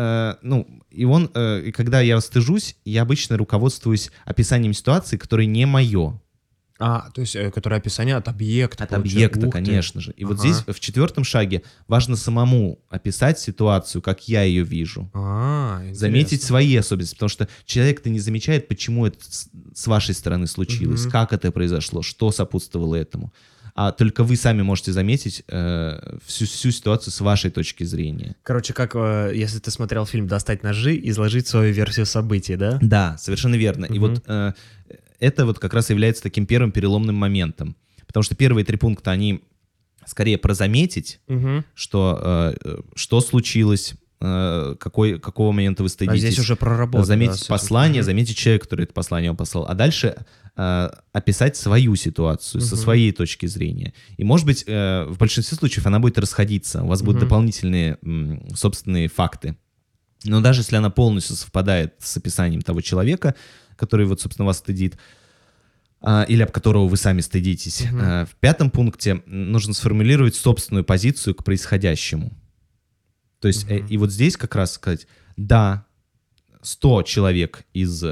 и когда я стыжусь, я обычно руководствуюсь описанием ситуации, которая не мое. То есть, которое описание от объекта. От объекта, конечно же. И вот здесь, в 4 шаге, важно самому описать ситуацию, как я ее вижу. Заметить свои особенности, потому что человек-то не замечает, почему это с вашей стороны случилось, как это произошло, что сопутствовало этому. А только вы сами можете заметить всю ситуацию с вашей точки зрения. Короче, как если ты смотрел фильм «Достать ножи», изложить свою версию событий, да? Да, совершенно верно. И вот это вот как раз является таким первым переломным моментом. Потому что первые 3 пункта, они скорее про заметить, что случилось, какого момента вы стыдитесь. А здесь уже про работу. Заметить послание, заметить человека, который это послание вам послал. А дальше описать свою ситуацию со своей точки зрения. И, может быть, в большинстве случаев она будет расходиться. У вас будут дополнительные собственные факты. Но даже если она полностью совпадает с описанием того человека, который вот, собственно, вас стыдит, или об которого вы сами стыдитесь, в 5 пункте нужно сформулировать собственную позицию к происходящему. То есть, и вот здесь как раз сказать, да, 100 человек из,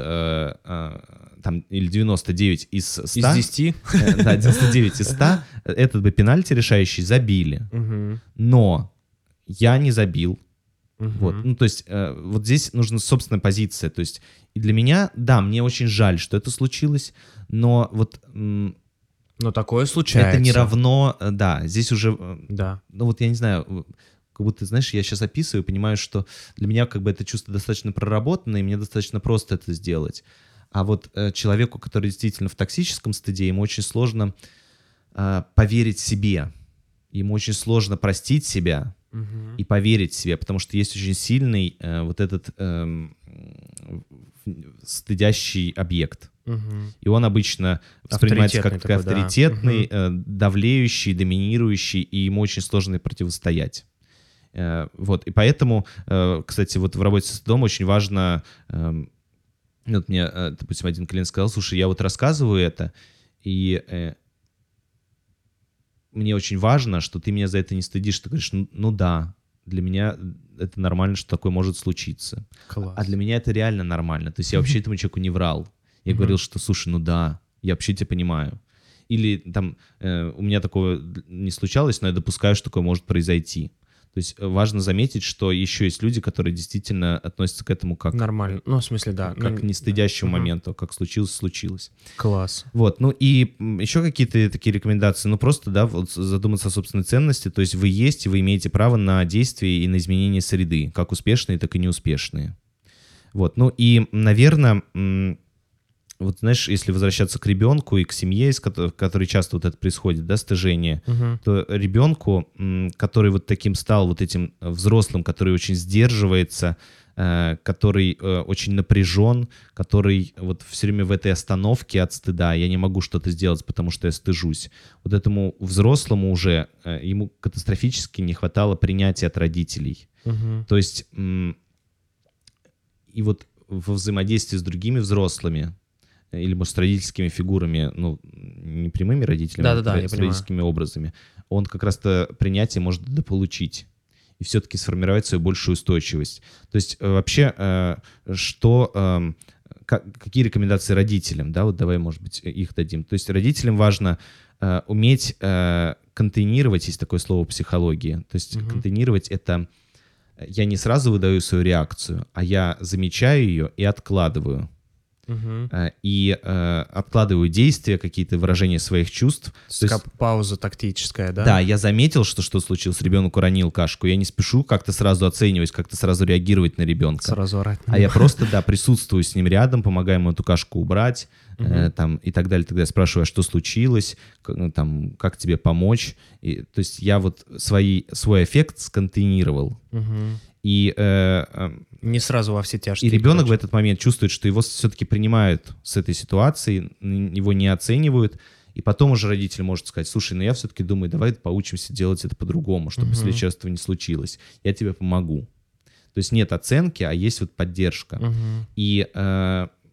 или 99 из 100. Из 10? Да, 99 из 100 этот бы пенальти решающий забили. Но я не забил. Вот. Ну, то есть, вот здесь нужна собственная позиция. То есть, и для меня, да, мне очень жаль, что это случилось, но вот... Но такое случается. Это не равно, да, здесь уже... Да. Ну, вот я не знаю... Как будто, знаешь, я сейчас описываю, понимаю, что для меня как бы это чувство достаточно проработано, и мне достаточно просто это сделать. А вот человеку, который действительно в токсическом стыде, ему очень сложно поверить себе. Ему очень сложно простить себя и поверить себе, потому что есть очень сильный вот этот стыдящий объект. И он обычно воспринимается как такой авторитетный, давлеющий, доминирующий, и ему очень сложно противостоять. Вот, и поэтому, кстати, вот в работе с стыдом очень важно, вот мне, допустим, один клиент сказал, слушай, я вот рассказываю это, и мне очень важно, что ты меня за это не стыдишь, ты говоришь, ну да, для меня это нормально, что такое может случиться. Класс. А для меня это реально нормально, то есть я вообще этому человеку не врал. Я говорил, что, слушай, ну да, я вообще тебя понимаю. Или там у меня такого не случалось, но я допускаю, что такое может произойти. То есть важно заметить, что еще есть люди, которые действительно относятся к этому как... Нормально. Ну, в смысле, да. Как к нестыдящему моменту, как случилось. Класс. Вот, ну и еще какие-то такие рекомендации, ну просто, да, вот задуматься о собственной ценности, то есть вы есть, и вы имеете право на действие и на изменение среды, как успешные, так и неуспешные. Вот, ну и, наверное... Вот знаешь, если возвращаться к ребенку и к семье, в которой часто вот это происходит, да, стыжение, то ребенку, который вот таким стал, вот этим взрослым, который очень сдерживается, который очень напряжен, который вот все время в этой остановке от стыда, я не могу что-то сделать, потому что я стыжусь. Вот этому взрослому уже, ему катастрофически не хватало принятия от родителей. То есть и вот во взаимодействии с другими взрослыми, или, может, с родительскими фигурами, ну, не прямыми родителями, а с родительскими образами, он как раз-то принятие может дополучить и все-таки сформировать свою большую устойчивость. То есть вообще, какие рекомендации родителям, да, вот давай, может быть, их дадим. То есть родителям важно уметь контейнировать, есть такое слово в психологии, то есть контейнировать — это я не сразу выдаю свою реакцию, а я замечаю ее и откладываю. И откладываю действия, какие-то выражения своих чувств. То есть пауза тактическая, да? Да, я заметил, что случилось, ребенок уронил кашку. Я не спешу как-то сразу оценивать, как-то сразу реагировать на ребенка. Сразу орать. А я просто, да, присутствую с ним рядом, помогаю ему эту кашку убрать, там, и так далее. Тогда я спрашиваю, а что случилось, там, как тебе помочь. То есть я вот свой эффект сконтейнировал. И не сразу во все тяжкие. И ребенок в этот момент чувствует, что его все-таки принимают с этой ситуацией, его не оценивают. И потом уже родитель может сказать, слушай, ну я все-таки думаю, давай поучимся делать это по-другому, чтобы в следующий раз этого не случилось. Я тебе помогу. То есть нет оценки, а есть вот поддержка. И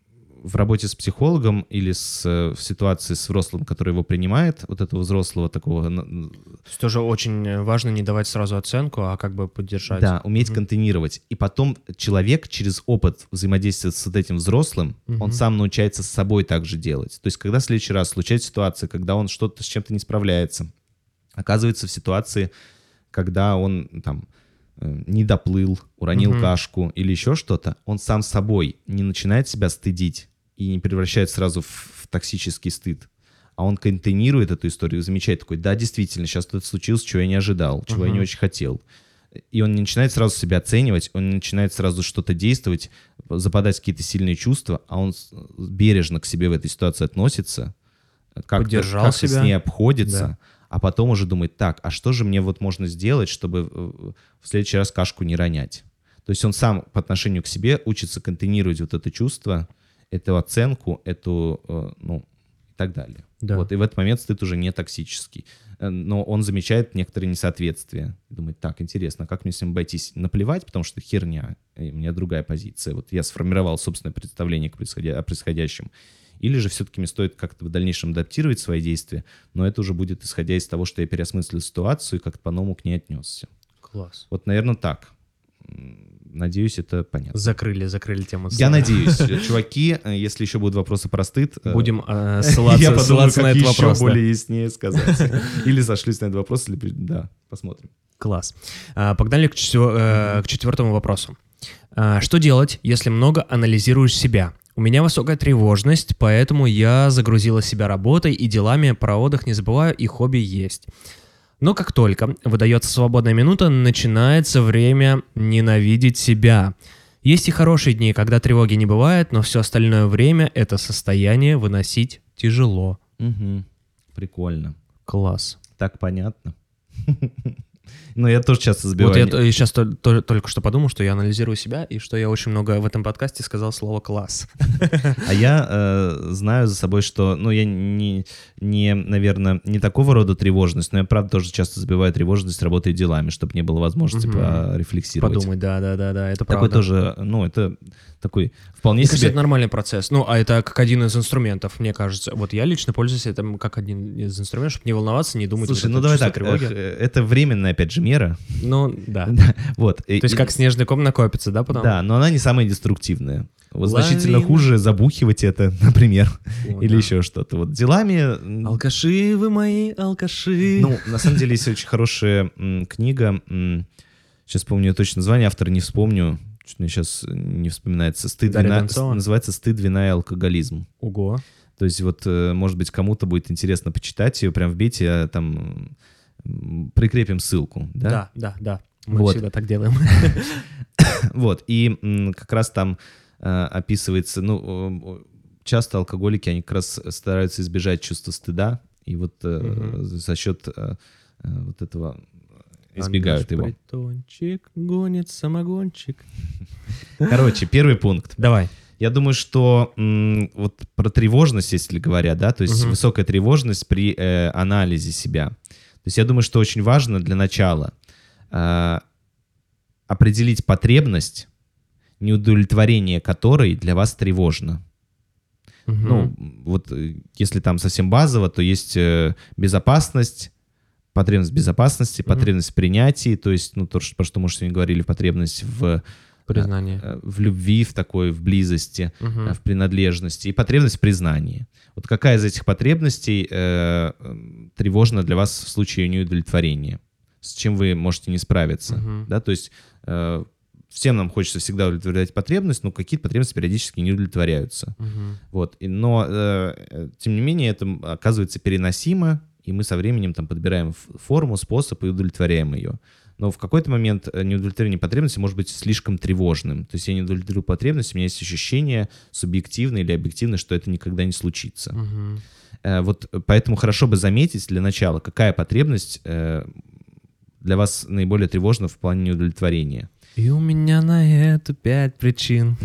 в работе с психологом или в ситуации с взрослым, который его принимает, вот этого взрослого такого... То есть тоже очень важно не давать сразу оценку, а как бы поддержать. Да, уметь контейнировать. И потом человек через опыт взаимодействия с вот этим взрослым, он сам научается с собой также делать. То есть когда в следующий раз случается ситуация, когда он что-то с чем-то не справляется, оказывается в ситуации, когда он там не доплыл, уронил кашку или еще что-то, он сам собой не начинает себя стыдить и не превращает сразу в токсический стыд, а он контейнирует эту историю, замечает такой, да, действительно, сейчас что-то случилось, чего я не ожидал, чего я не очень хотел. И он не начинает сразу себя оценивать, он не начинает сразу что-то действовать, западать в какие-то сильные чувства, а он бережно к себе в этой ситуации относится, как-то с ней обходится, а потом уже думает, так, а что же мне вот можно сделать, чтобы в следующий раз кашку не ронять? То есть он сам по отношению к себе учится контейнировать вот это чувство, эту оценку, эту, и так далее. Да. Вот, и в этот момент стыд уже не токсический. Но он замечает некоторые несоответствия. Думает, так, интересно, как мне с ним обойтись? Наплевать, потому что херня, и у меня другая позиция. Вот я сформировал собственное представление о происходящем. Или же все-таки мне стоит как-то в дальнейшем адаптировать свои действия, но это уже будет исходя из того, что я переосмыслил ситуацию и как-то по-новому к ней отнесся. Класс. Вот, наверное, так. Надеюсь, это понятно. Закрыли тему. Я надеюсь. Чуваки, если еще будут вопросы про стыд... Будем ссылаться на этот вопрос. еще более яснее сказать. Или сошлюсь на этот вопрос, или... Да, посмотрим. Класс. Погнали к четвертому вопросу. Что делать, если много анализируешь себя? У меня высокая тревожность, поэтому я загрузила себя работой и делами, про отдых не забываю, и хобби есть. Но как только выдается свободная минута, начинается время ненавидеть себя. Есть и хорошие дни, когда тревоги не бывает, но все остальное время это состояние выносить тяжело. Прикольно. Класс. Так понятно. Но я тоже часто забиваю. Вот я сейчас только что подумал, что я анализирую себя, и что я очень много в этом подкасте сказал слово «класс». А я знаю за собой, что, я наверное, не такого рода тревожность, но я, правда, тоже часто забиваю тревожность работой и делами, чтобы не было возможности порефлексировать. Подумать, да, это правда. Такой тоже, это такой вполне себе... Это нормальный процесс. А это как один из инструментов, мне кажется. Вот я лично пользуюсь этим как один из инструментов, чтобы не волноваться, не думать. Слушай, давай так, это временная, опять же, мера. Да. Вот. То есть как снежный ком накопится, да, потом? Да, но она не самая деструктивная. Вот значительно хуже забухивать это, например, или еще что-то. Вот делами... Алкаши вы мои, алкаши. На самом деле есть очень хорошая книга. Сейчас помню точно название, автора не вспомню. Что-то мне сейчас не вспоминается. Называется «Стыд, вина и алкоголизм». Ого. То есть вот, может быть, кому-то будет интересно почитать ее, прям вбейте, там прикрепим ссылку. Да. Мы всегда так делаем. Вот, и как раз там описывается, часто алкоголики, они как раз стараются избежать чувства стыда, и вот за счет вот этого избегают его. Притончик гонит самогончик. Короче, первый пункт. Давай. Я думаю, что вот про тревожность, если говоря, да, то есть высокая тревожность при анализе себя. То есть я думаю, что очень важно для начала определить потребность, неудовлетворение которой для вас тревожно. Вот если там совсем базово, то есть безопасность, потребность в безопасности, потребность в принятии, то есть, то, про что мы сегодня говорили, потребность в признании, в любви, в близости, в принадлежности и потребность в признании. Вот какая из этих потребностей тревожна для вас в случае неудовлетворения? С чем вы можете не справиться? Да? То есть всем нам хочется всегда удовлетворять потребность, но какие-то потребности периодически не удовлетворяются. Вот. Но, тем не менее, это оказывается переносимо, и мы со временем там подбираем форму, способ и удовлетворяем ее. Но в какой-то момент неудовлетворение потребности может быть слишком тревожным. То есть я не удовлетворю потребность, у меня есть ощущение субъективное или объективное, что это никогда не случится. Вот поэтому хорошо бы заметить для начала, какая потребность для вас наиболее тревожна в плане неудовлетворения. И у меня на это 5 причин.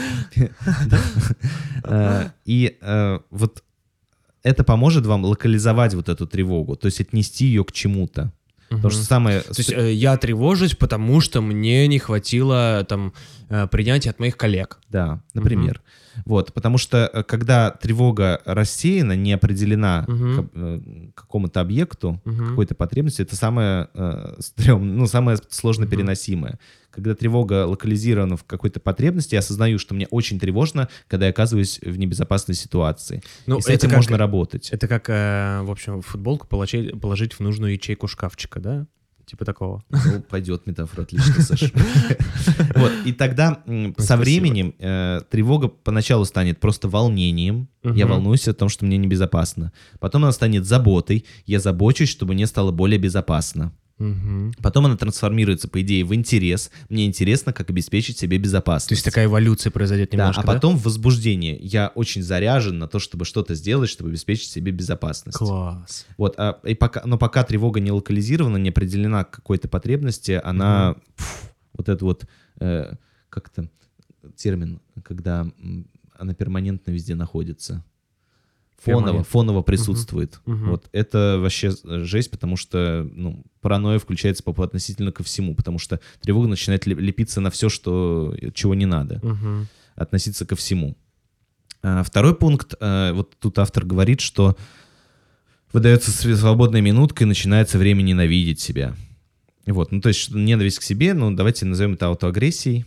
И вот это поможет вам локализовать вот эту тревогу, то есть отнести ее к чему-то. То же самое... То есть я тревожусь, потому что мне не хватило там принятия от моих коллег. Да, например. Вот, потому что когда тревога рассеяна, не определена какому-то объекту, какой-то потребности, это самое самое сложно переносимое. Когда тревога локализирована в какой-то потребности, я осознаю, что мне очень тревожно, когда я оказываюсь в небезопасной ситуации. И с этим можно работать. Это как, в общем, футболку положить в нужную ячейку шкафчика, да? Типа такого. Ну, пойдет метафора, отлично, Саша. Вот, и тогда со временем тревога поначалу станет просто волнением. Я волнуюсь о том, что мне небезопасно. Потом она станет заботой. Я забочусь, чтобы мне стало более безопасно. Потом она трансформируется, по идее, в интерес. Мне интересно, как обеспечить себе безопасность. То есть такая эволюция произойдет немножко, да? А потом в возбуждение. Я очень заряжен на то, чтобы что-то сделать, чтобы обеспечить себе безопасность. Класс. Вот, но пока тревога не локализирована, не определена к какой-то потребности, она... вот это вот... как-то термин, когда она перманентно везде находится. Фоново присутствует. Вот это вообще жесть, потому что паранойя включается относительно ко всему, потому что тревога начинает лепиться на все, чего не надо, относиться ко всему. Второй пункт, вот тут автор говорит, что выдается свободная минутка и начинается время ненавидеть себя. Вот, то есть ненависть к себе, давайте назовем это аутоагрессией.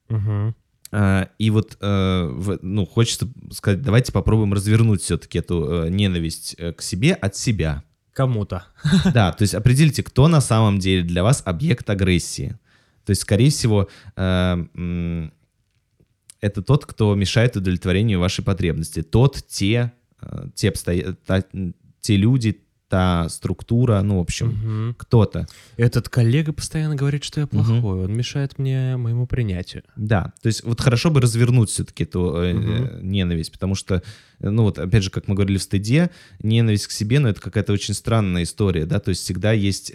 И вот хочется сказать, давайте попробуем развернуть все-таки эту ненависть к себе от себя. Кому-то. Да, то есть определите, кто на самом деле для вас объект агрессии. То есть, скорее всего, это тот, кто мешает удовлетворению вашей потребности. Те люди, та структура, в общем, кто-то. Этот коллега постоянно говорит, что я плохой, он мешает моему принятию. Да, то есть вот хорошо бы развернуть все-таки эту ненависть, потому что, опять же, как мы говорили в стыде, ненависть к себе, это какая-то очень странная история, да, то есть всегда есть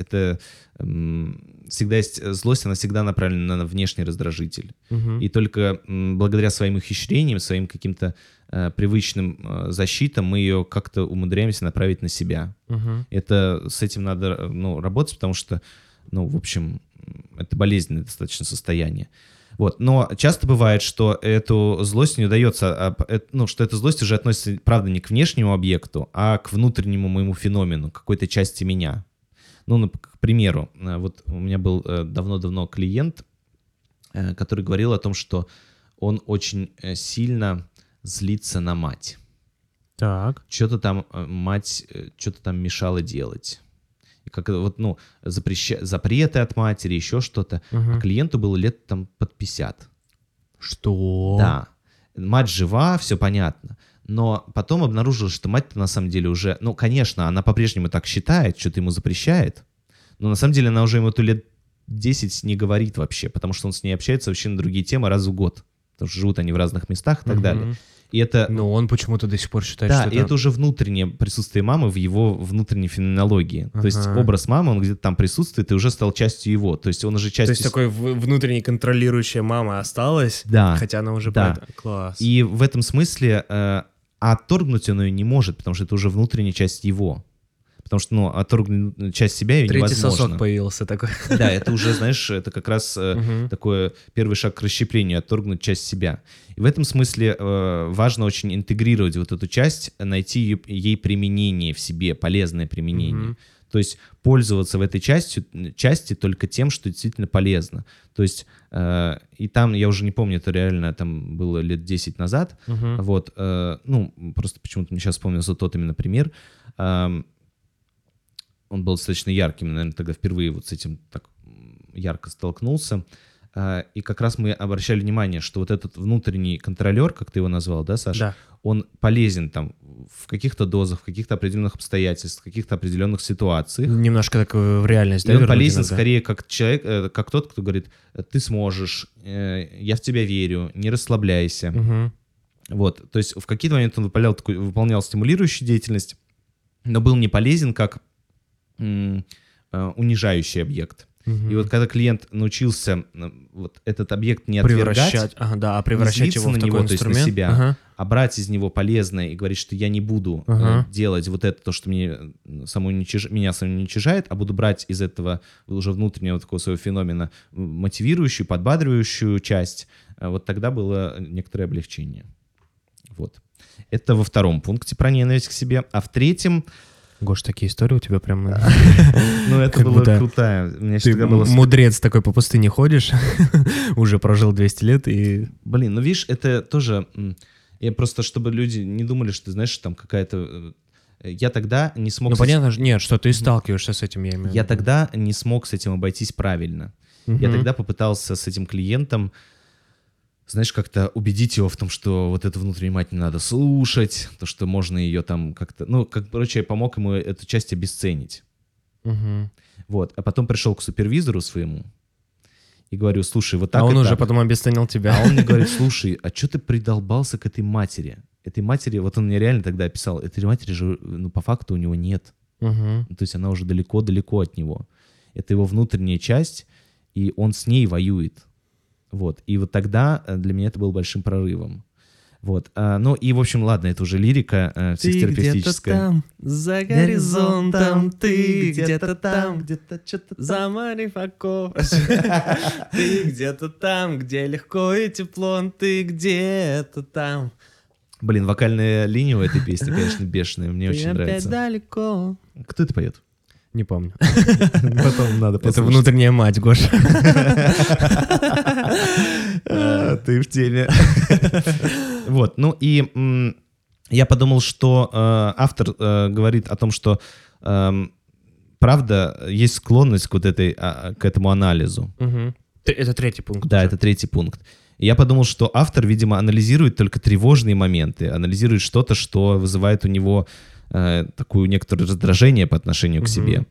злость, она всегда направлена на внешний раздражитель. И только благодаря своим ухищрениям, своим каким-то привычным защитам мы ее как-то умудряемся направить на себя. С этим надо работать, потому что, в общем, это болезненное достаточно состояние. Вот. Но часто бывает, что эту злость не удается, что эта злость уже относится, правда, не к внешнему объекту, а к внутреннему моему феномену, какой-то части меня. К примеру, вот у меня был давно-давно клиент, который говорил о том, что он очень сильно злится на мать. Так. Что-то там мать мешала делать. И запреты от матери, еще что-то. А клиенту было лет под 50. Что? Да. Мать жива, все понятно. Но потом обнаружилось, что мать-то на самом деле уже... конечно, она по-прежнему так считает, что-то ему запрещает. Но на самом деле она уже ему лет 10 не говорит вообще, потому что он с ней общается вообще на другие темы раз в год. Потому что живут они в разных местах и так далее. И это... Но он почему-то до сих пор считает, что это... Да, и это уже внутреннее присутствие мамы в его внутренней феноменологии. То есть образ мамы, он где-то там присутствует и уже стал частью его. То есть он уже частью... То есть такой внутренне контролирующая мама осталась, да, хотя она уже... Да. Класс. И в этом смысле отторгнуть он ее не может, потому что это уже внутренняя часть его. Потому что, отторгнуть часть себя ее невозможно. Третий сосок появился такой. Да, это уже, знаешь, это как раз такой первый шаг к расщеплению, отторгнуть часть себя. И в этом смысле важно очень интегрировать вот эту часть, найти ей применение в себе, полезное применение. То есть пользоваться в этой части только тем, что действительно полезно. То есть, и там, я уже не помню, это реально там было лет 10 назад, вот, просто почему-то мне сейчас вспомнился тот именно пример. Он был достаточно ярким, наверное, тогда впервые вот с этим так ярко столкнулся. И как раз мы обращали внимание, что вот этот внутренний контролер, как ты его назвал, да, Саша? Да. Он полезен там в каких-то дозах, в каких-то определенных обстоятельствах, в каких-то определенных ситуациях. Немножко так в реальность, да? И он полезен скорее как человек, как тот, кто говорит, ты сможешь, я в тебя верю, не расслабляйся. Вот, то есть в какие-то моменты он выполнял стимулирующую деятельность, но был не полезен как унижающий объект. И вот когда клиент научился вот этот объект не отвергать, превращать его в такой инструмент, то есть на себя, а брать из него полезное и говорить, что я не буду делать вот это, то, что меня самоуничижает, а буду брать из этого уже внутреннего такого своего феномена мотивирующую, подбадривающую часть, вот тогда было некоторое облегчение. Вот. Это во втором пункте про ненависть к себе. А в третьем... Гош, такие истории у тебя прям... Ну, это было крутая. Ты мудрец такой по пустыне ходишь, уже прожил 200 лет и... Блин, ну видишь, это тоже... Я просто, чтобы люди не думали, что, знаешь, там какая-то... Я тогда не смог... Ну, понятно, нет, что ты сталкиваешься с этим, я имею в виду. Я тогда не смог с этим обойтись правильно. Я тогда попытался с этим клиентом, знаешь, как-то убедить его в том, что вот эту внутреннюю мать не надо слушать, то, что можно ее там как-то... Ну, короче, я помог ему эту часть обесценить. Вот. А потом пришел к супервизору своему и говорю, слушай, вот так... А он уже потом обесценил тебя. А он мне говорит, слушай, а что ты придолбался к этой матери? Этой матери, вот он мне реально тогда описал, этой матери же, ну, по факту у него нет. То есть она уже далеко-далеко от него. Это его внутренняя часть, и он с ней воюет. Вот. И вот тогда для меня это было большим прорывом. Вот. Ну и, в общем, ладно, это уже лирика психотерапевтическая. Ты где-то там, за горизонтом, ты где-то там, где-то что-то за Марифаков. Ты где-то там, где легко и тепло, ты где-то там. Блин, вокальная линия у этой песни, конечно, бешеная, мне очень нравится. Ты опять далеко. Кто это поет? Не помню. Потом надо послушать. Это внутренняя мать, Гоша. Ты в теме. Вот, ну и я подумал, что автор говорит о том, что правда есть склонность к вот к этому анализу. Это третий пункт. Да, это третий пункт. И я подумал, что автор, видимо, анализирует только тревожные моменты, анализирует что-то, что вызывает у него такое некоторое раздражение по отношению к себе.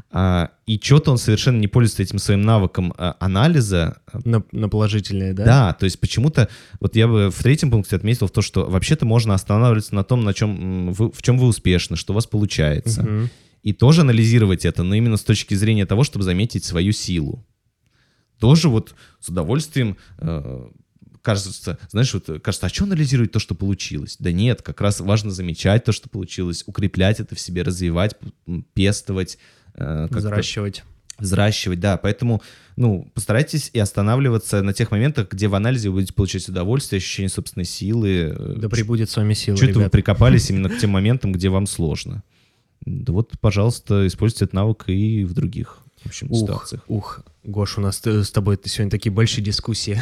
И что-то он совершенно не пользуется этим своим навыком анализа. На положительное, да? Да, то есть почему-то, вот я бы в третьем пункте отметил то, что вообще-то можно останавливаться на том, в чем вы успешны, что у вас получается. И тоже анализировать это, но именно с точки зрения того, чтобы заметить свою силу. Тоже вот с удовольствием... Кажется, знаешь, вот кажется, а что анализировать то, что получилось? Да нет, как раз важно замечать то, что получилось, укреплять это в себе, развивать, пестовать. Взращивать. Взращивать, да. Поэтому, ну, постарайтесь и останавливаться на тех моментах, где в анализе вы будете получать удовольствие, ощущение собственной силы. Да прибудет с вами сила, Что-то вы прикопались именно к тем моментам, где вам сложно. Да вот, пожалуйста, используйте этот навык и в других, в общем, ситуациях. Гош, у нас с тобой сегодня такие большие дискуссии.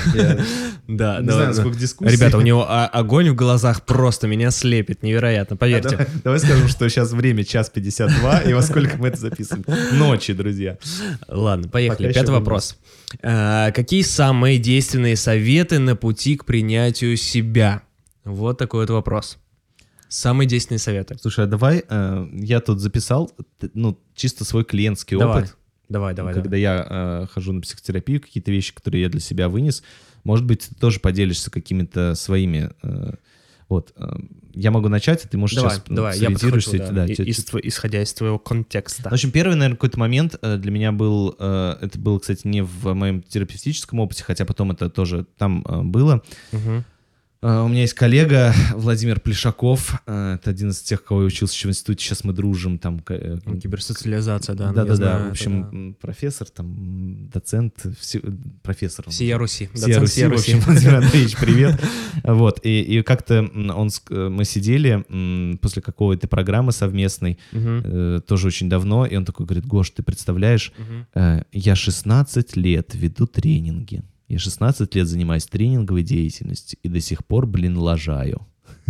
Да, не знаю, сколько дискуссий. Ребята, у него огонь в глазах просто меня слепит, невероятно, поверьте. Давай скажем, что сейчас время 1:52, и во сколько мы это записываем? Ночи, друзья. Ладно, поехали. Пятый вопрос. Какие самые действенные советы на пути к принятию себя? Вот такой вот вопрос. Самые действенные советы. Слушай, а давай, я тут записал, ну, чисто свой клиентский опыт. Давай. Когда я хожу на психотерапию, какие-то вещи, которые я для себя вынес, может быть, ты тоже поделишься какими-то своими... Вот. Я могу начать, а ты можешь сейчас сориентируешься. Исходя из твоего контекста. В общем, первый, наверное, какой-то момент для меня был... Это было, кстати, не в моем терапевтическом опыте, хотя потом это тоже там было. У меня есть коллега Владимир Плешаков, это один из тех, кого я учился еще в институте, сейчас мы дружим. Там, киберсоциализация, да. Да. В общем, профессор, там, доцент, профессор. Всея Руси. Всея Руси, в общем, Владимир Андреевич, привет. Вот, и как-то мы сидели после какой-то программы совместной, тоже очень давно, и он такой говорит: Гош, ты представляешь, я 16 лет веду тренинги. Я 16 лет занимаюсь тренинговой деятельностью и до сих пор, лажаю.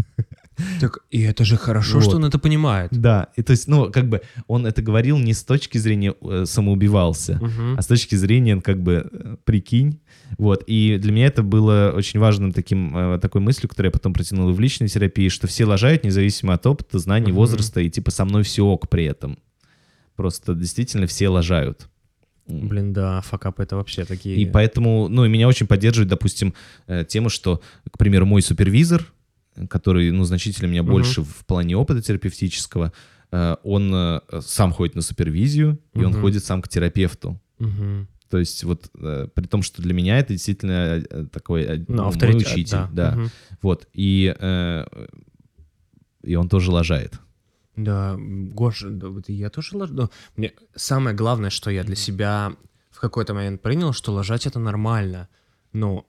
Так, и это же хорошо, что он это понимает. Да, и то есть, ну, как бы он это говорил не с точки зрения самоубивался, а с точки зрения, как бы, прикинь. Вот, и для меня это было очень важным такой мыслью, которую я потом протянул в личной терапии, что все лажают, независимо от опыта, знаний, возраста, и типа со мной все ок при этом. Просто действительно все лажают. Блин, да, факапы это вообще такие... И поэтому, ну, и меня очень поддерживает, допустим, тема, что, к примеру, мой супервизор, который, ну, значительно меня больше в плане опыта терапевтического, он сам ходит на супервизию, и он ходит сам к терапевту. То есть вот при том, что для меня это действительно такой мой учитель. Да. Вот. И он тоже лажает. Да, Гоша, я тоже лажу. Мне самое главное, что я для себя в какой-то момент принял, что лажать это нормально. Ну,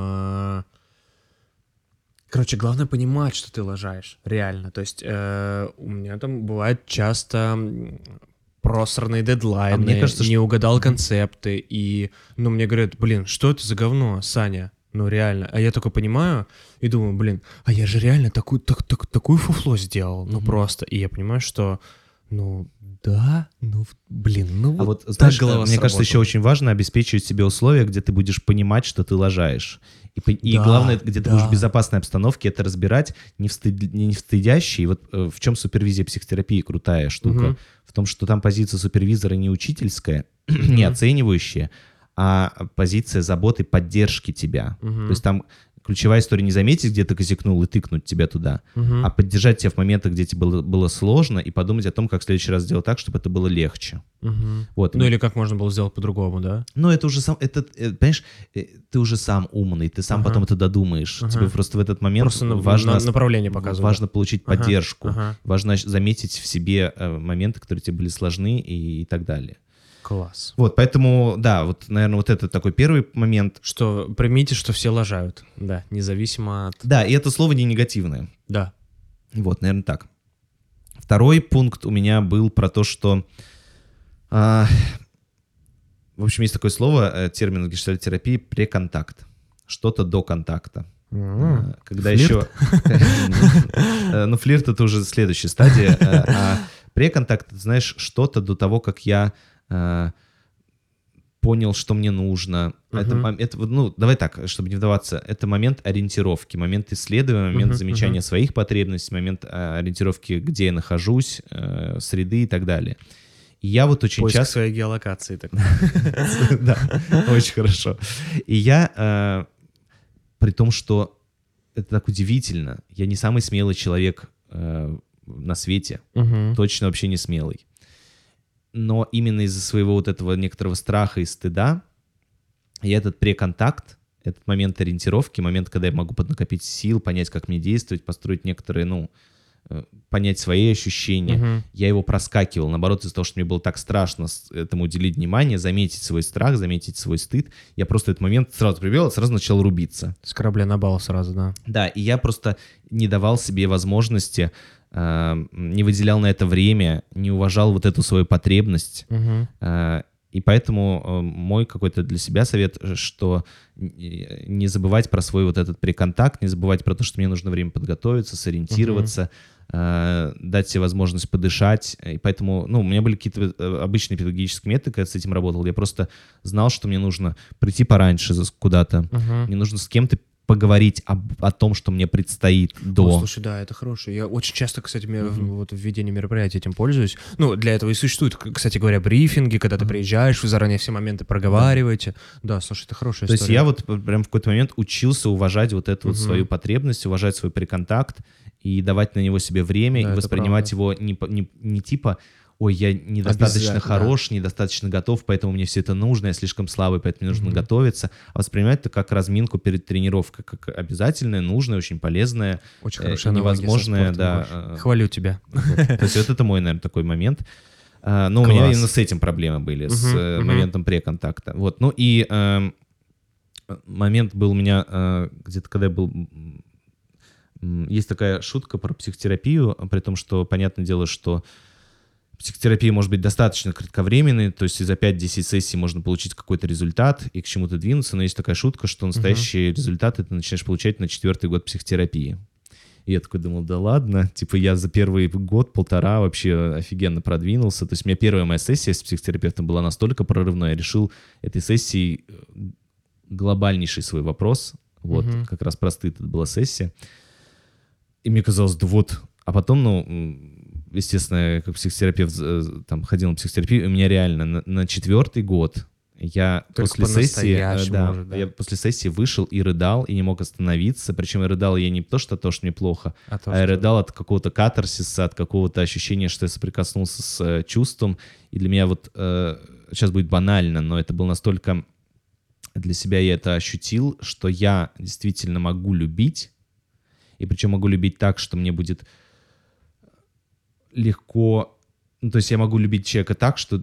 короче, главное понимать, что ты лажаешь, реально. То есть у меня там бывает часто просранные дедлайны, мне кажется, не угадал концепты, и, ну, мне говорят, блин, что это за говно, Саня? Ну, реально. А я только понимаю и думаю, блин, а я же реально такую фуфло сделал, ну, просто. И я понимаю, что, ну, да, ну, блин, ну, а вот, знаешь, мне кажется, еще очень важно обеспечивать себе условия, где ты будешь понимать, что ты лажаешь. И главное, где ты будешь в безопасной обстановке это разбирать, не встыдящий. Вот в чем супервизия психотерапии крутая штука? В том, что там позиция супервизора не учительская, не оценивающая, а позиция заботы, поддержки тебя. То есть там ключевая история не заметить, где ты косякнул, и тыкнуть тебя туда, а поддержать тебя в моментах, где тебе было сложно, и подумать о том, как в следующий раз сделать так, чтобы это было легче. Вот. Ну или как можно было сделать по-другому, да? Ну это уже сам, понимаешь, ты уже сам умный, ты сам потом это додумаешь. Тебе просто в этот момент важно направление показывать. Важно получить поддержку, важно заметить в себе моменты, которые тебе были сложны и так далее. Класс. Вот, поэтому, да, вот, наверное, вот это такой первый момент. Что примите, что все лажают, да, независимо от... Да, и это слово не негативное. Да. Вот, наверное, так. Второй пункт у меня был про то, что... в общем, есть такое слово, термин в гештальт-терапии, преконтакт. Что-то до контакта. Когда флирт? еще... Ну, флирт — это уже следующая стадия. А преконтакт, ты знаешь, что-то до того, как я... понял, что мне нужно. Это, ну, давай так, чтобы не вдаваться, это момент ориентировки, момент исследования, момент замечания своих потребностей, момент ориентировки, где я нахожусь, среды и так далее. И я вот очень часто... часто... своей геолокации. Да, очень хорошо. И я, при том, что это так удивительно, я не самый смелый человек на свете, точно вообще не смелый. Но именно из-за своего вот этого некоторого страха и стыда я этот преконтакт, этот момент ориентировки, момент, когда я могу поднакопить сил, понять, как мне действовать, построить некоторые, ну, понять свои ощущения, я его проскакивал. Наоборот, из-за того, что мне было так страшно этому уделить внимание, заметить свой страх, заметить свой стыд, я просто этот момент сразу привел, сразу начал рубиться. С корабля на бал сразу, да. Да, и я просто не давал себе возможности, не выделял на это время, не уважал вот эту свою потребность. И поэтому мой какой-то для себя совет, что не забывать про свой вот этот преконтакт, не забывать про то, что мне нужно время подготовиться, сориентироваться, дать себе возможность подышать. И поэтому, ну, у меня были какие-то обычные педагогические методы, когда я с этим работал. Я просто знал, что мне нужно прийти пораньше куда-то, мне нужно с кем-то поговорить о том, что мне предстоит до... О, слушай, да, это хорошее. Я очень часто, кстати, вот в ведении мероприятий этим пользуюсь. Ну, для этого и существуют, кстати говоря, брифинги, когда ты приезжаешь, вы заранее все моменты проговариваете. Да, слушай, это хорошая история. То есть я вот прям в какой-то момент учился уважать вот эту вот свою потребность, уважать свой преконтакт и давать на него себе время, и воспринимать его не типа... ой, я недостаточно хорош, недостаточно готов, поэтому мне все это нужно, я слишком слабый, поэтому мне нужно готовиться. А воспринимать это как разминку перед тренировкой, как обязательное, нужное, очень полезное, очень хорошая невозможное. Да, хвалю тебя. То есть вот это мой, наверное, такой момент. Но у меня именно с этим проблемы были, с моментом преконтакта. Вот, ну и момент был у меня где-то, когда я был... Есть такая шутка про психотерапию, при том, что, понятное дело, что психотерапия может быть достаточно кратковременной, то есть за 5-10 сессий можно получить какой-то результат и к чему-то двинуться, но есть такая шутка, что настоящие результаты ты начинаешь получать на 4-й год психотерапии. И я такой думал, да ладно, типа я за первый год-полтора вообще офигенно продвинулся, то есть у меня первая моя сессия с психотерапевтом была настолько прорывной, я решил этой сессией глобальнейший свой вопрос, вот, как раз про стыд это была сессия, и мне казалось, да вот, а потом, ну... Естественно, как психотерапевт там ходил на психотерапию, и у меня реально на 4-й год я после сессии, я после сессии вышел и рыдал, и не мог остановиться. Причем я рыдал я не то, что мне плохо, а я рыдал от какого-то катарсиса, от какого-то ощущения, что я соприкоснулся с чувством. И для меня вот сейчас будет банально, но это было настолько... Для себя я это ощутил, что я действительно могу любить, и причем могу любить так, что мне будет легко... Ну, то есть я могу любить человека так, что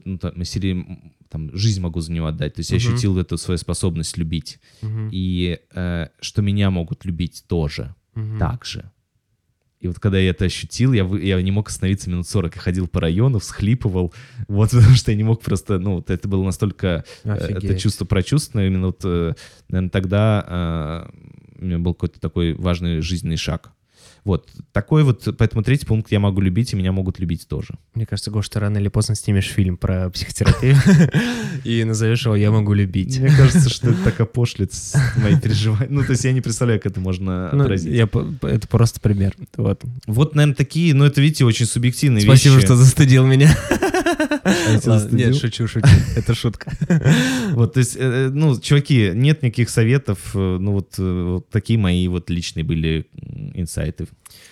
жизнь могу за него отдать. То есть я ощутил эту свою способность любить. И что меня могут любить тоже так же. И вот когда я это ощутил, я не мог остановиться минут 40. Я ходил по району, всхлипывал, вот, потому что я не мог просто... Ну, вот это было настолько... Это чувство прочувствовано. Именно вот, наверное, тогда у меня был какой-то такой важный жизненный шаг. Вот, такой вот, поэтому третий пункт: я могу любить, и меня могут любить тоже. Мне кажется, Гош, ты рано или поздно снимешь фильм про психотерапию и назовешь его «Я могу любить». Мне кажется, что это так опошлит мои переживания. Ну, то есть я не представляю, как это можно отразить. Это просто пример. Вот, наверное, такие, это, видите, очень субъективные вещи. Спасибо, что застудил меня. Нет, шучу. Это шутка. Вот, то есть, чуваки, нет никаких советов. Вот такие мои вот личные были инсайты.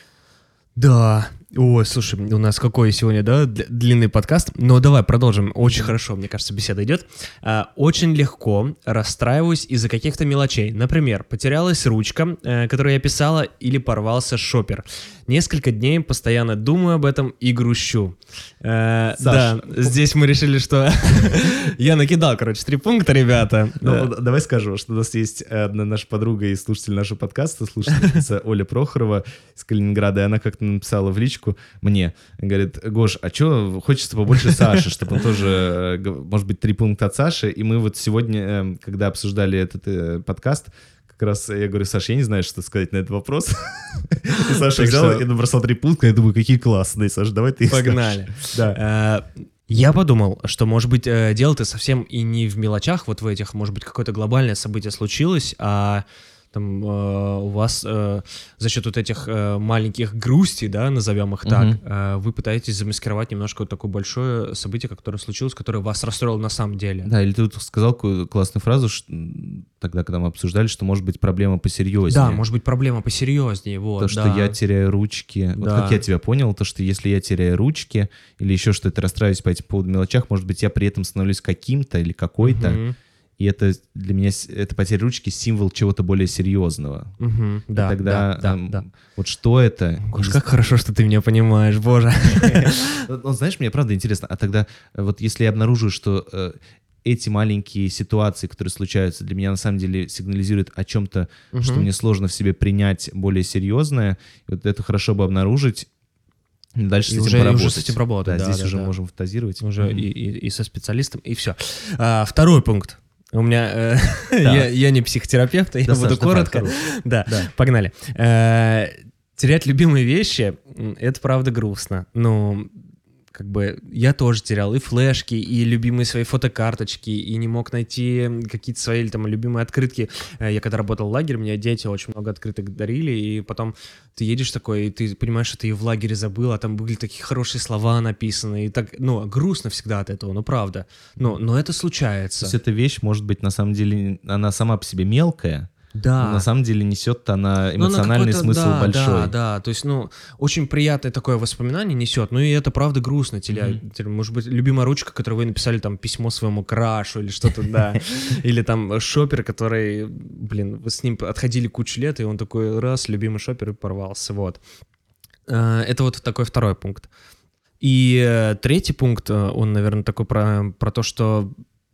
Да. Ой, слушай, у нас какой сегодня, да, длинный подкаст. Но давай продолжим. Очень хорошо, мне кажется, беседа идет. Очень легко расстраиваюсь из-за каких-то мелочей. Например, потерялась ручка, которую я писала, или порвался шопер. Несколько дней постоянно думаю об этом и грущу. Да, здесь мы решили, что... Я накидал, 3 пункта, ребята. Давай скажу, что у нас есть одна наша подруга и слушатель нашего подкаста, слушательница Оля Прохорова из Калининграда, и она как-то написала в личку мне, говорит: Гош, а что, хочется побольше Саши, чтобы он тоже, может быть, 3 пункта от Саши. И мы вот сегодня, когда обсуждали этот подкаст, как раз я говорю: Саша, я не знаю, что сказать на этот вопрос. И Саша взял и набросал 3 пункта, я думаю, какие классные, Саша, давай ты их скажешь. Погнали. Я подумал, что, может быть, дело-то совсем и не в мелочах, вот в этих, может быть, какое-то глобальное событие случилось, а там у вас за счет вот этих маленьких грустей, да, назовем их так, вы пытаетесь замаскировать немножко вот такое большое событие, которое случилось, которое вас расстроило на самом деле. Да, или ты тут сказал классную фразу тогда, когда мы обсуждали, что может быть проблема посерьезнее. Да, может быть проблема посерьезнее, вот. То, что я теряю ручки. Да. Вот как я тебя понял, то, что если я теряю ручки или еще что-то, расстраиваюсь по этим поводу мелочах, может быть, я при этом становлюсь каким-то или какой-то. И это для меня, эта потеря ручки, символ чего-то более серьезного. Да, и тогда да. Вот что это? Гош, как хорошо, что ты меня понимаешь, боже. Знаешь, мне правда интересно, а тогда вот если я обнаружу, что эти маленькие ситуации, которые случаются, для меня на самом деле сигнализируют о чем-то, что мне сложно в себе принять более серьезное, вот это хорошо бы обнаружить. Дальше с этим поработать. Уже с этим работать. Да, здесь уже можем фантазировать. Уже и со специалистом, и все. Второй пункт. У меня... я не психотерапевт, я буду коротко. Да, погнали. Терять любимые вещи — это правда грустно. Но как бы я тоже терял и флешки, и любимые свои фотокарточки, и не мог найти какие-то свои там любимые открытки. Я когда работал в лагере, мне дети очень много открыток дарили, и потом ты едешь такой, и ты понимаешь, что ты ее в лагере забыл, а там были такие хорошие слова написаны, и так, грустно всегда от этого, правда. Но это случается. То есть эта вещь, может быть, на самом деле, она сама по себе мелкая, да. Но на самом деле несет она эмоциональный смысл большой. Да, то есть, очень приятное такое воспоминание несет, и это правда грустно. Может быть, любимая ручка, которую вы написали там письмо своему крашу или что-то, да. Или там шопер, который, вы с ним отходили кучу лет, и он такой раз, любимый шопер, и порвался, вот. Это вот такой второй пункт. И третий пункт, он, наверное, такой про то, что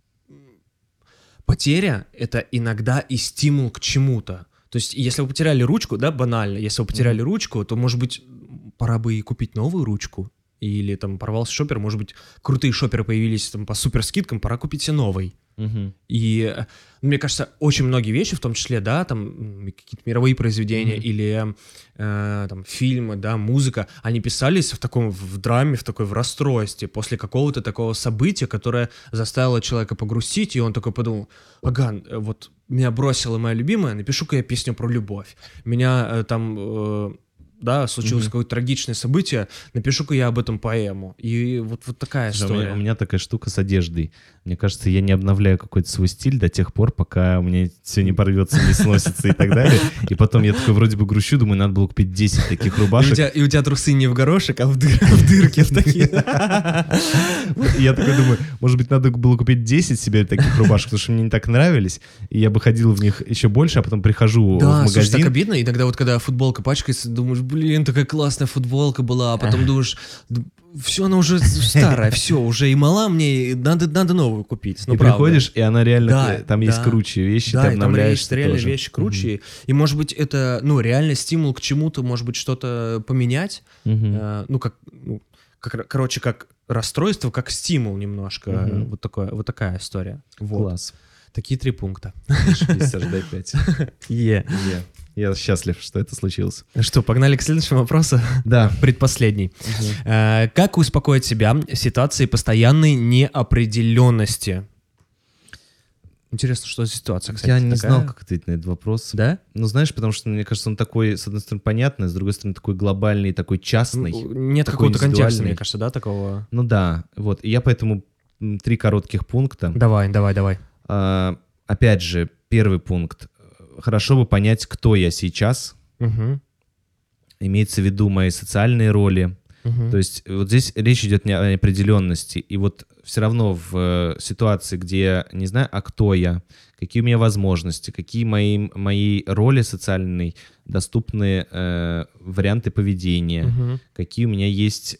потеря — это иногда и стимул к чему-то. То есть, если вы потеряли ручку, да, банально, если вы потеряли ручку, то, может быть, пора бы и купить новую ручку. Или там порвался шопер, может быть, крутые шоперы появились там по супер скидкам, пора купить себе новый. И мне кажется, очень многие вещи, в том числе, да, там какие-то мировые произведения или там фильмы, да, музыка, они писались в драме, в расстройстве после какого-то такого события, которое заставило человека погрустить, и он такой подумал: ага, вот меня бросила моя любимая, напишу-ка я песню про любовь. Меня да, случилось какое-то трагичное событие, напишу-ка я об этом поэму. И вот такая история. У меня такая штука с одеждой. Мне кажется, я не обновляю какой-то свой стиль до тех пор, пока у меня все не порвется, не сносится и так далее. И потом я такой вроде бы грущу, думаю, надо было купить 10 таких рубашек. И у тебя трусы не в горошек, а в дырке в такие. Я такой думаю, может быть, надо было купить 10 себе таких рубашек, потому что мне не так нравились, и я бы ходил в них еще больше, а потом прихожу в магазин. Да, слушай, так обидно. Иногда вот когда футболка пачкается, думаешь, блин, такая классная футболка была, а потом думаешь, все, она уже старая, все, уже и мала мне, надо новую купить. Ну, и правда. Приходишь, и она реально, там есть круче вещи, да, ты обновляешь. Да, реально вещи круче. И, может быть, это, реально стимул к чему-то, может быть, что-то поменять. Короче, как расстройство, как стимул немножко. Вот такая история. Класс. Такие 3 пункта. Ждай 5. Я счастлив, что это случилось. Что, погнали к следующему вопросу? Да. Предпоследний. Как успокоить себя в ситуации постоянной неопределенности? Интересно, что за ситуация, кстати, я не знал, как ответить на этот вопрос. Да? Ну, знаешь, потому что, мне кажется, он такой, с одной стороны, понятный, с другой стороны, такой глобальный, такой частный. Нет какого-то контекста, мне кажется, да, такого? Ну да, вот. И я поэтому 3 коротких пункта. Давай. Опять же, первый пункт. Хорошо бы понять, кто я сейчас. Имеется в виду мои социальные роли. То есть вот здесь речь идет не о неопределенности. И вот все равно в ситуации, где я не знаю, а кто я, какие у меня возможности, какие мои роли социальные, доступные варианты поведения, какие у меня есть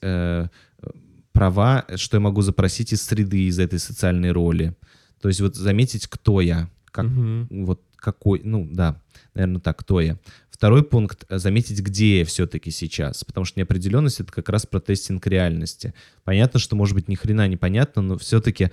права, что я могу запросить из среды, из этой социальной роли. То есть вот заметить, кто я, вот какой, наверное так, кто я. Второй пункт — заметить, где я все-таки сейчас, потому что неопределенность — это как раз про тестинг реальности. Понятно, что, может быть, ни хрена непонятно, но все-таки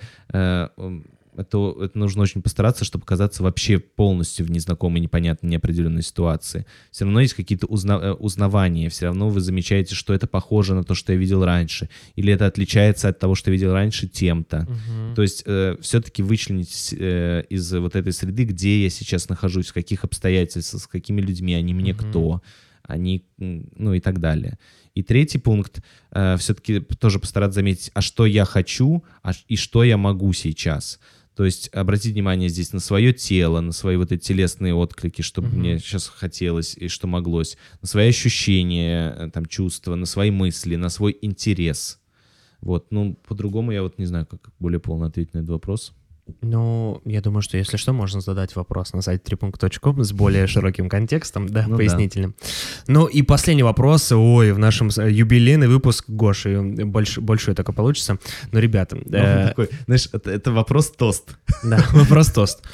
это нужно очень постараться, чтобы оказаться вообще полностью в незнакомой, непонятной, неопределенной ситуации. Все равно есть какие-то узнавания, все равно вы замечаете, что это похоже на то, что я видел раньше, или это отличается от того, что я видел раньше тем-то. То есть все-таки вычленить из вот этой среды, где я сейчас нахожусь, в каких обстоятельствах, с какими людьми, они мне кто, они, и так далее. И третий пункт, все-таки тоже постараться заметить, а что я хочу, и что я могу сейчас. То есть обратить внимание здесь на свое тело, на свои вот эти телесные отклики, что мне сейчас хотелось и что моглось, на свои ощущения, там, чувства, на свои мысли, на свой интерес. Вот, по-другому я вот не знаю, как более полно ответить на этот вопрос. Я думаю, что если что, можно задать вопрос на сайте tripunkt.com с более широким контекстом, пояснительным. Да. И последний вопрос. В нашем юбилейный выпуск Гоши. Больше так и получится. Но, ребята... такой, знаешь, это вопрос-тост. Да, вопрос-тост.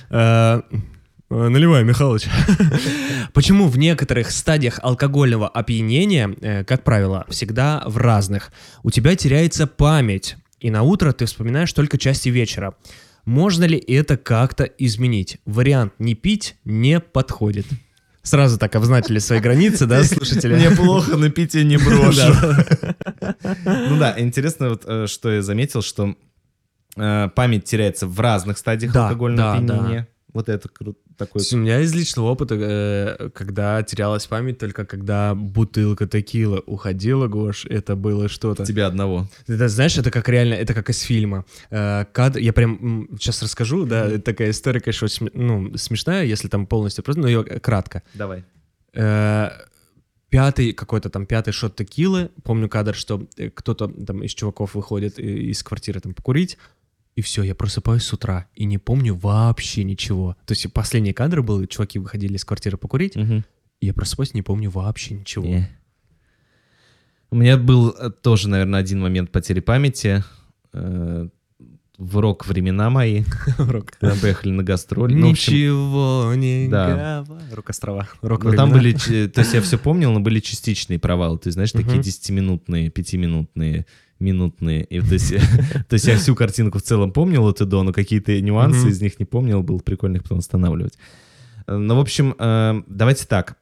Наливай, Михалыч. Почему в некоторых стадиях алкогольного опьянения, как правило, всегда в разных, у тебя теряется память, и на утро ты вспоминаешь только части вечера? Можно ли это как-то изменить? Вариант «не пить» не подходит. Сразу так обозначили свои границы, да, слушатели? Мне плохо, но пить я не брошу. Интересно, что я заметил, что память теряется в разных стадиях алкогольного опьянения. Вот это круто. У меня из личного опыта, когда терялась память, только когда бутылка текилы уходила, Гош, это было что-то. Тебя одного. Это, знаешь, это как реально, это как из фильма. Я прям сейчас расскажу, да, это такая история, конечно, очень смешная, если там полностью просто, но ее кратко. Давай. Пятый шот текилы, помню кадр, что кто-то там из чуваков выходит из квартиры там покурить, и все, я просыпаюсь с утра и не помню вообще ничего. То есть последний кадр был, чуваки выходили из квартиры покурить, и я просыпаюсь, не помню вообще ничего. У меня был тоже, наверное, один момент потери памяти. В рок-времена мои, когда поехали на гастроль. Ничего не говори. Рок-острова. Там были, то есть я все помнил, но были частичные провалы. Ты знаешь, такие 10-минутные, 5-минутные, минутные. И, то есть я всю картинку в целом помнил от и до, но какие-то нюансы из них не помнил, было прикольно их потом восстанавливать. В общем, давайте так.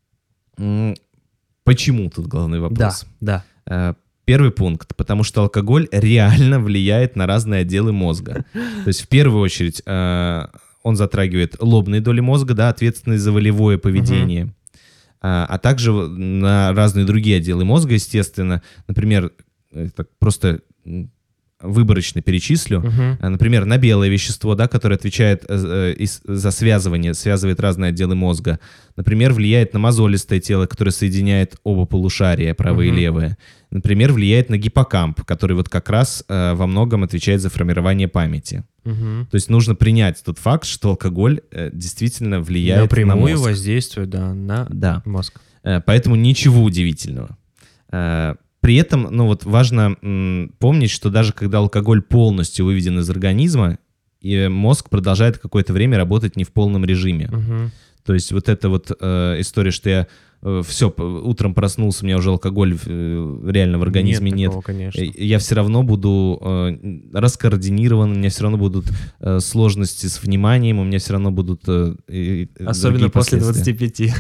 Почему тут главный вопрос? Да. Первый пункт, потому что алкоголь реально влияет на разные отделы мозга. То есть в первую очередь он затрагивает лобные доли мозга, да, ответственные за волевое поведение. а также на разные другие отделы мозга, естественно. Например, так просто выборочно перечислю. Например, на белое вещество, да, которое отвечает за связывание, связывает разные отделы мозга. Например, влияет на мозолистое тело, которое соединяет оба полушария, правое и левое. Например, влияет на гиппокамп, который вот как раз во многом отвечает за формирование памяти. То есть нужно принять тот факт, что алкоголь действительно влияет напрямую на мозг. воздействует, на мозг. Поэтому ничего удивительного. При этом, важно помнить, что даже когда алкоголь полностью выведен из организма, и мозг продолжает какое-то время работать не в полном режиме. То есть вот эта вот история, что я утром проснулся, у меня уже алкоголь реально в организме нет. Такого, конечно. Я все равно буду раскоординирован, у меня все равно будут сложности с вниманием, у меня все равно будут особенно после 25.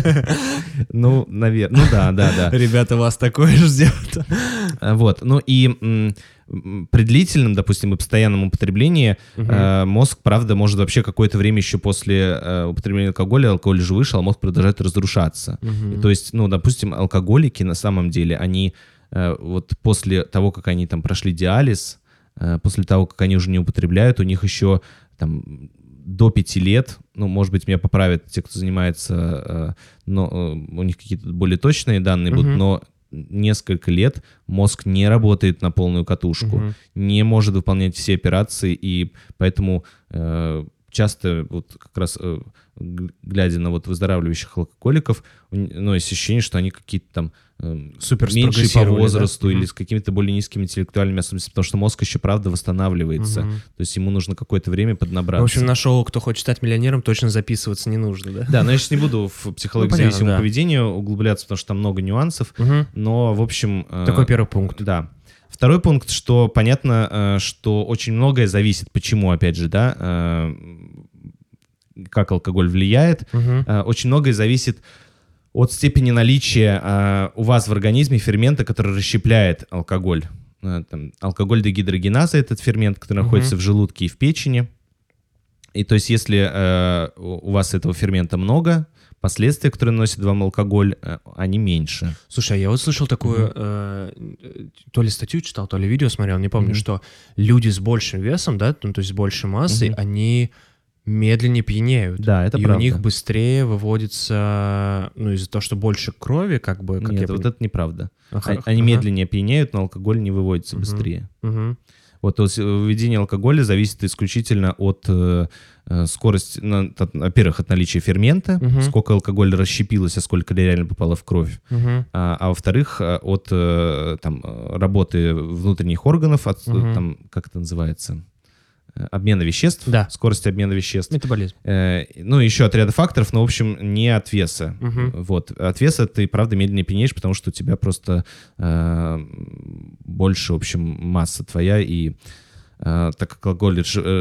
Наверное. Да. Ребята, вас такое ждет. Вот. При длительном, допустим, и постоянном употреблении мозг, правда, может вообще какое-то время еще после употребления алкоголь же вышел, а мозг продолжает разрушаться. И, то есть, допустим, алкоголики на самом деле, они вот после того, как они там прошли диализ, после того, как они уже не употребляют, у них еще там до 5 лет, может быть, меня поправят те, кто занимается, но у них какие-то более точные данные будут, но несколько лет мозг не работает на полную катушку, не может выполнять все операции, и поэтому часто вот как раз глядя на вот выздоравливающих алкоголиков, есть ощущение, что они какие-то там меньшие по возрасту, да? Или с какими-то более низкими интеллектуальными особенностями, потому что мозг еще, правда, восстанавливается. То есть ему нужно какое-то время поднабраться. В общем, на шоу «Кто хочет стать миллионером» точно записываться не нужно, да? Да, но я сейчас не буду в психологию зависимого поведения углубляться, потому что там много нюансов, но, в общем... Такой первый пункт. Да. Второй пункт, что понятно, что очень многое зависит, почему, опять же, да, как алкоголь влияет, очень многое зависит от степени наличия у вас в организме фермента, который расщепляет алкоголь. Алкоголь-дегидрогеназа — этот фермент, который находится в желудке и в печени. И то есть если у вас этого фермента много, последствия, которые наносит вам алкоголь, они меньше. Слушай, я вот слышал такую, то ли статью читал, то ли видео смотрел, не помню, что люди с большим весом, да, то есть с большей массой, они медленнее пьянеют. Да, это и правда. У них быстрее выводится, из-за того, что больше крови, как бы... Как Нет, вот это неправда. Они медленнее пьянеют, но алкоголь не выводится быстрее. Вот выведение алкоголя зависит исключительно от скорости, во-первых, от наличия фермента, сколько алкоголя расщепилось, а сколько реально попало в кровь, а во-вторых, от работы внутренних органов, как это называется... обмена веществ, да. Скорость обмена веществ. Метаболизм. Еще от ряда факторов, но, в общем, не от веса. Вот. От веса ты, правда, медленнее пьянеешь, потому что у тебя просто больше, в общем, масса твоя, и так как алкоголь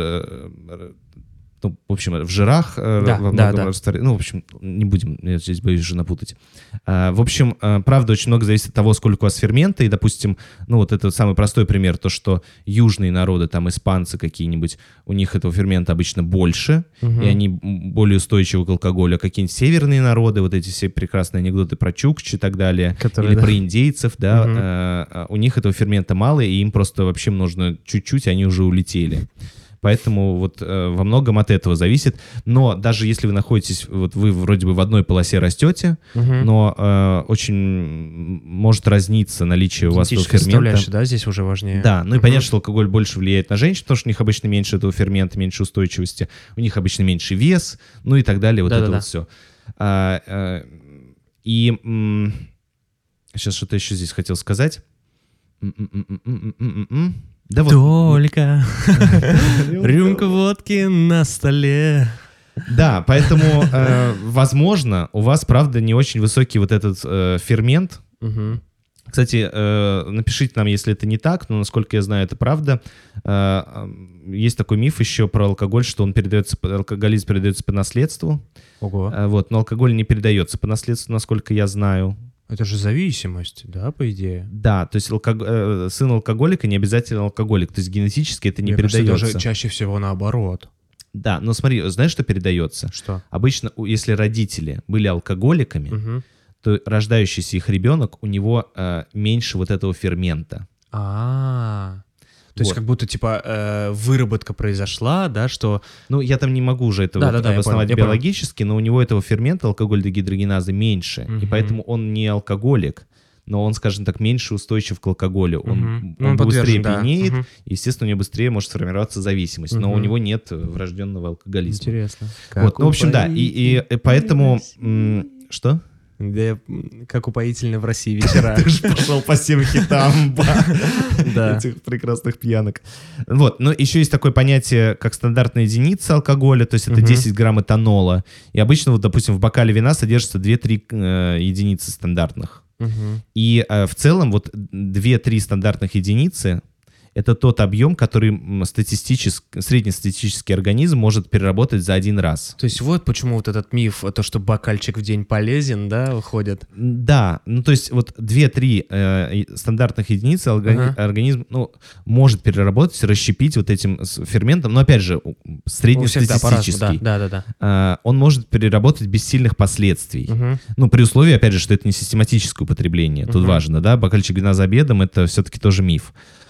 в общем, в жирах во многом растворяется. В общем, не будем, я здесь боюсь уже напутать. В общем, правда, очень много зависит от того, сколько у вас фермента, и, допустим, вот это самый простой пример, то, что южные народы, там, испанцы какие-нибудь, у них этого фермента обычно больше, и они более устойчивы к алкоголю, а какие-нибудь северные народы, вот эти все прекрасные анекдоты про чукч и так далее, или про индейцев, да, у них этого фермента мало, и им просто вообще нужно чуть-чуть, и они уже улетели. Поэтому вот во многом от этого зависит. Но даже если вы находитесь, вот вы вроде бы в одной полосе растете, но очень может разниться наличие у вас этого фермента. Составляющая, да, здесь уже важнее. Да, и понятно, что алкоголь больше влияет на женщин, потому что у них обычно меньше этого фермента, меньше устойчивости, у них обычно меньше вес, и так далее, вот это вот все. И сейчас что-то еще здесь хотел сказать. Да только рюмка водки на столе. Да, поэтому, возможно, у вас, правда, не очень высокий вот этот фермент. Кстати, напишите нам, если это не так, но, насколько я знаю, это правда. Есть такой миф еще про алкоголь, что алкоголизм передается по наследству. Ого. Вот, но алкоголь не передается по наследству, насколько я знаю. Это же зависимость, да, по идее? Да, то есть сын алкоголика не обязательно алкоголик, то есть генетически это не передается. Кажется, даже чаще всего наоборот. Да, но смотри, знаешь, что передается? Что? Обычно, если родители были алкоголиками, то рождающийся их ребенок, у него меньше вот этого фермента. То есть как будто, типа, выработка произошла, да, что... Ну, я там не могу уже это обосновать биологически, но у него этого фермента, алкоголь-дегидрогеназы, меньше, и поэтому он не алкоголик, но он, скажем так, меньше устойчив к алкоголю. Он быстрее пьянеет, и, естественно, у него быстрее может сформироваться зависимость, но у него нет врожденного алкоголизма. Интересно. Вот, ну, в общем, да, и поэтому... Что? Да, как упоительны в России вечера. Ты же пошел по всем хитам этих прекрасных пьянок. Вот, но еще есть такое понятие, как стандартная единица алкоголя, то есть это 10 грамм этанола. И обычно, вот, допустим, в бокале вина содержится 2-3 единицы стандартных. И в целом вот 2-3 стандартных единицы — это тот объем, который среднестатистический организм может переработать за один раз. То есть вот почему вот этот миф, то, что бокальчик в день полезен, да, выходит? Да, ну то есть вот 2-3 стандартных единицы организм может переработать, расщепить вот этим ферментом, но опять же, среднестатистический. Да. Он может переработать без сильных последствий. Ну, при условии, опять же, что это не систематическое употребление. Тут важно, да, бокальчик вина за обедом — это все-таки тоже миф.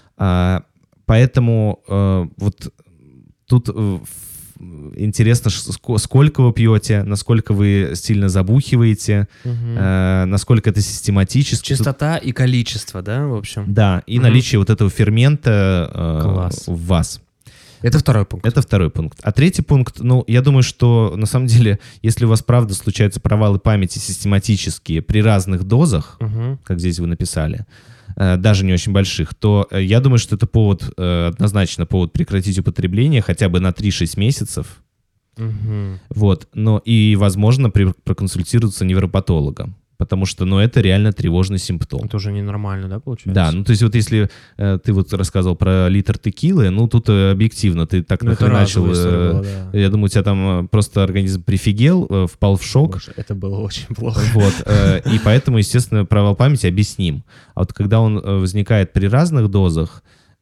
Поэтому вот тут интересно, сколько вы пьете, насколько вы сильно забухиваете, насколько это систематически. Частота и количество, да, в общем? Да, и наличие вот этого фермента в вас. Это второй пункт. Это второй пункт. А третий пункт, я думаю, что на самом деле, если у вас правда случаются провалы памяти систематические при разных дозах, как здесь вы написали, даже не очень больших, то я думаю, что это однозначно повод прекратить употребление хотя бы на 3-6 месяцев. Вот. Но и, возможно, проконсультироваться невропатологом. Потому что, это реально тревожный симптом. Это уже ненормально, да, получается? Да, то есть вот если ты вот рассказывал про литр текилы, тут объективно ты так начал. Я думаю, у тебя там просто организм прифигел, впал в шок. Боже, это было очень плохо. Вот, и поэтому, естественно, провал памяти объясним. А вот когда он возникает при разных дозах,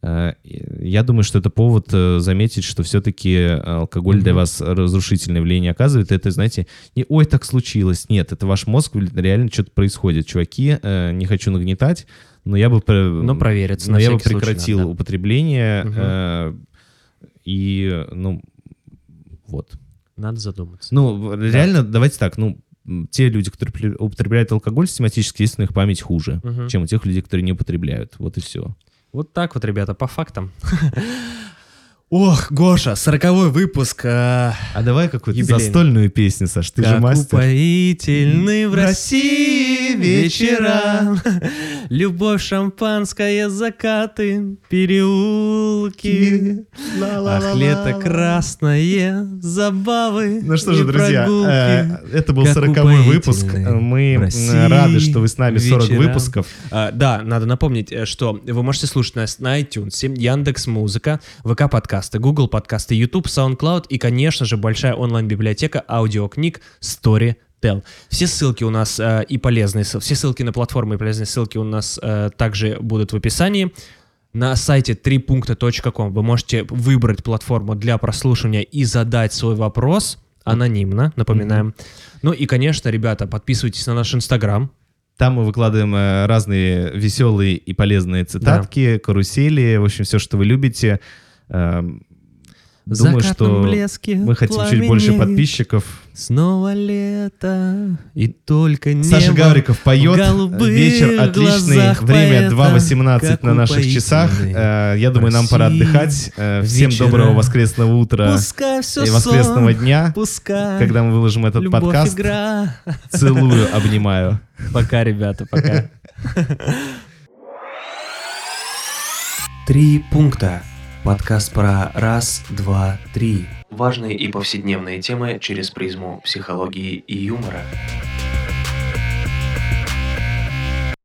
я думаю, что это повод заметить, что все-таки алкоголь для вас разрушительное влияние оказывает. Это, знаете, не «ой, так случилось». Нет, это ваш мозг, реально что-то происходит. Чуваки, не хочу нагнетать, но я бы... провериться на всякий случай прекратил употребление. И, вот. Надо задуматься. Реально, давайте так, те люди, которые употребляют алкоголь систематически, естественно, их память хуже, чем у тех людей, которые не употребляют. Вот и все. Вот так вот, ребята, по фактам. Ох, Гоша, 40-й выпуск. А давай какую-то застольную песню, Саш, ты же мастер. Как упоительны в России вечера, любовь, шампанское, закаты, переулки, ах, лето красное, забавы. Ну что же, друзья, это был 40-й выпуск. Мы рады, что вы с нами 40 выпусков. Да, надо напомнить, что вы можете слушать нас на iTunes, Яндекс.Музыка, ВК-подкасты, Google подкасты, YouTube, SoundCloud и, конечно же, большая онлайн-библиотека аудиокниг Storytel. Все ссылки у нас и полезные, все ссылки на платформы и полезные ссылки у нас также будут в описании. На сайте 3punkta.com вы можете выбрать платформу для прослушивания и задать свой вопрос анонимно, напоминаем. Ну и, конечно, ребята, подписывайтесь на наш Инстаграм. Там мы выкладываем разные веселые и полезные цитатки, карусели, в общем, все, что вы любите. Думаю, что мы хотим чуть больше подписчиков. Снова лето, и только небо. Саша Гавриков поет. Вечер отличный. Время 2:18 на наших часах. Я думаю, нам пора отдыхать. Всем доброго воскресного утра и воскресного дня, когда мы выложим этот подкаст. Целую, обнимаю. Пока, ребята, пока. 3 пункта. Подкаст про раз, два, три. Важные и повседневные темы через призму психологии и юмора.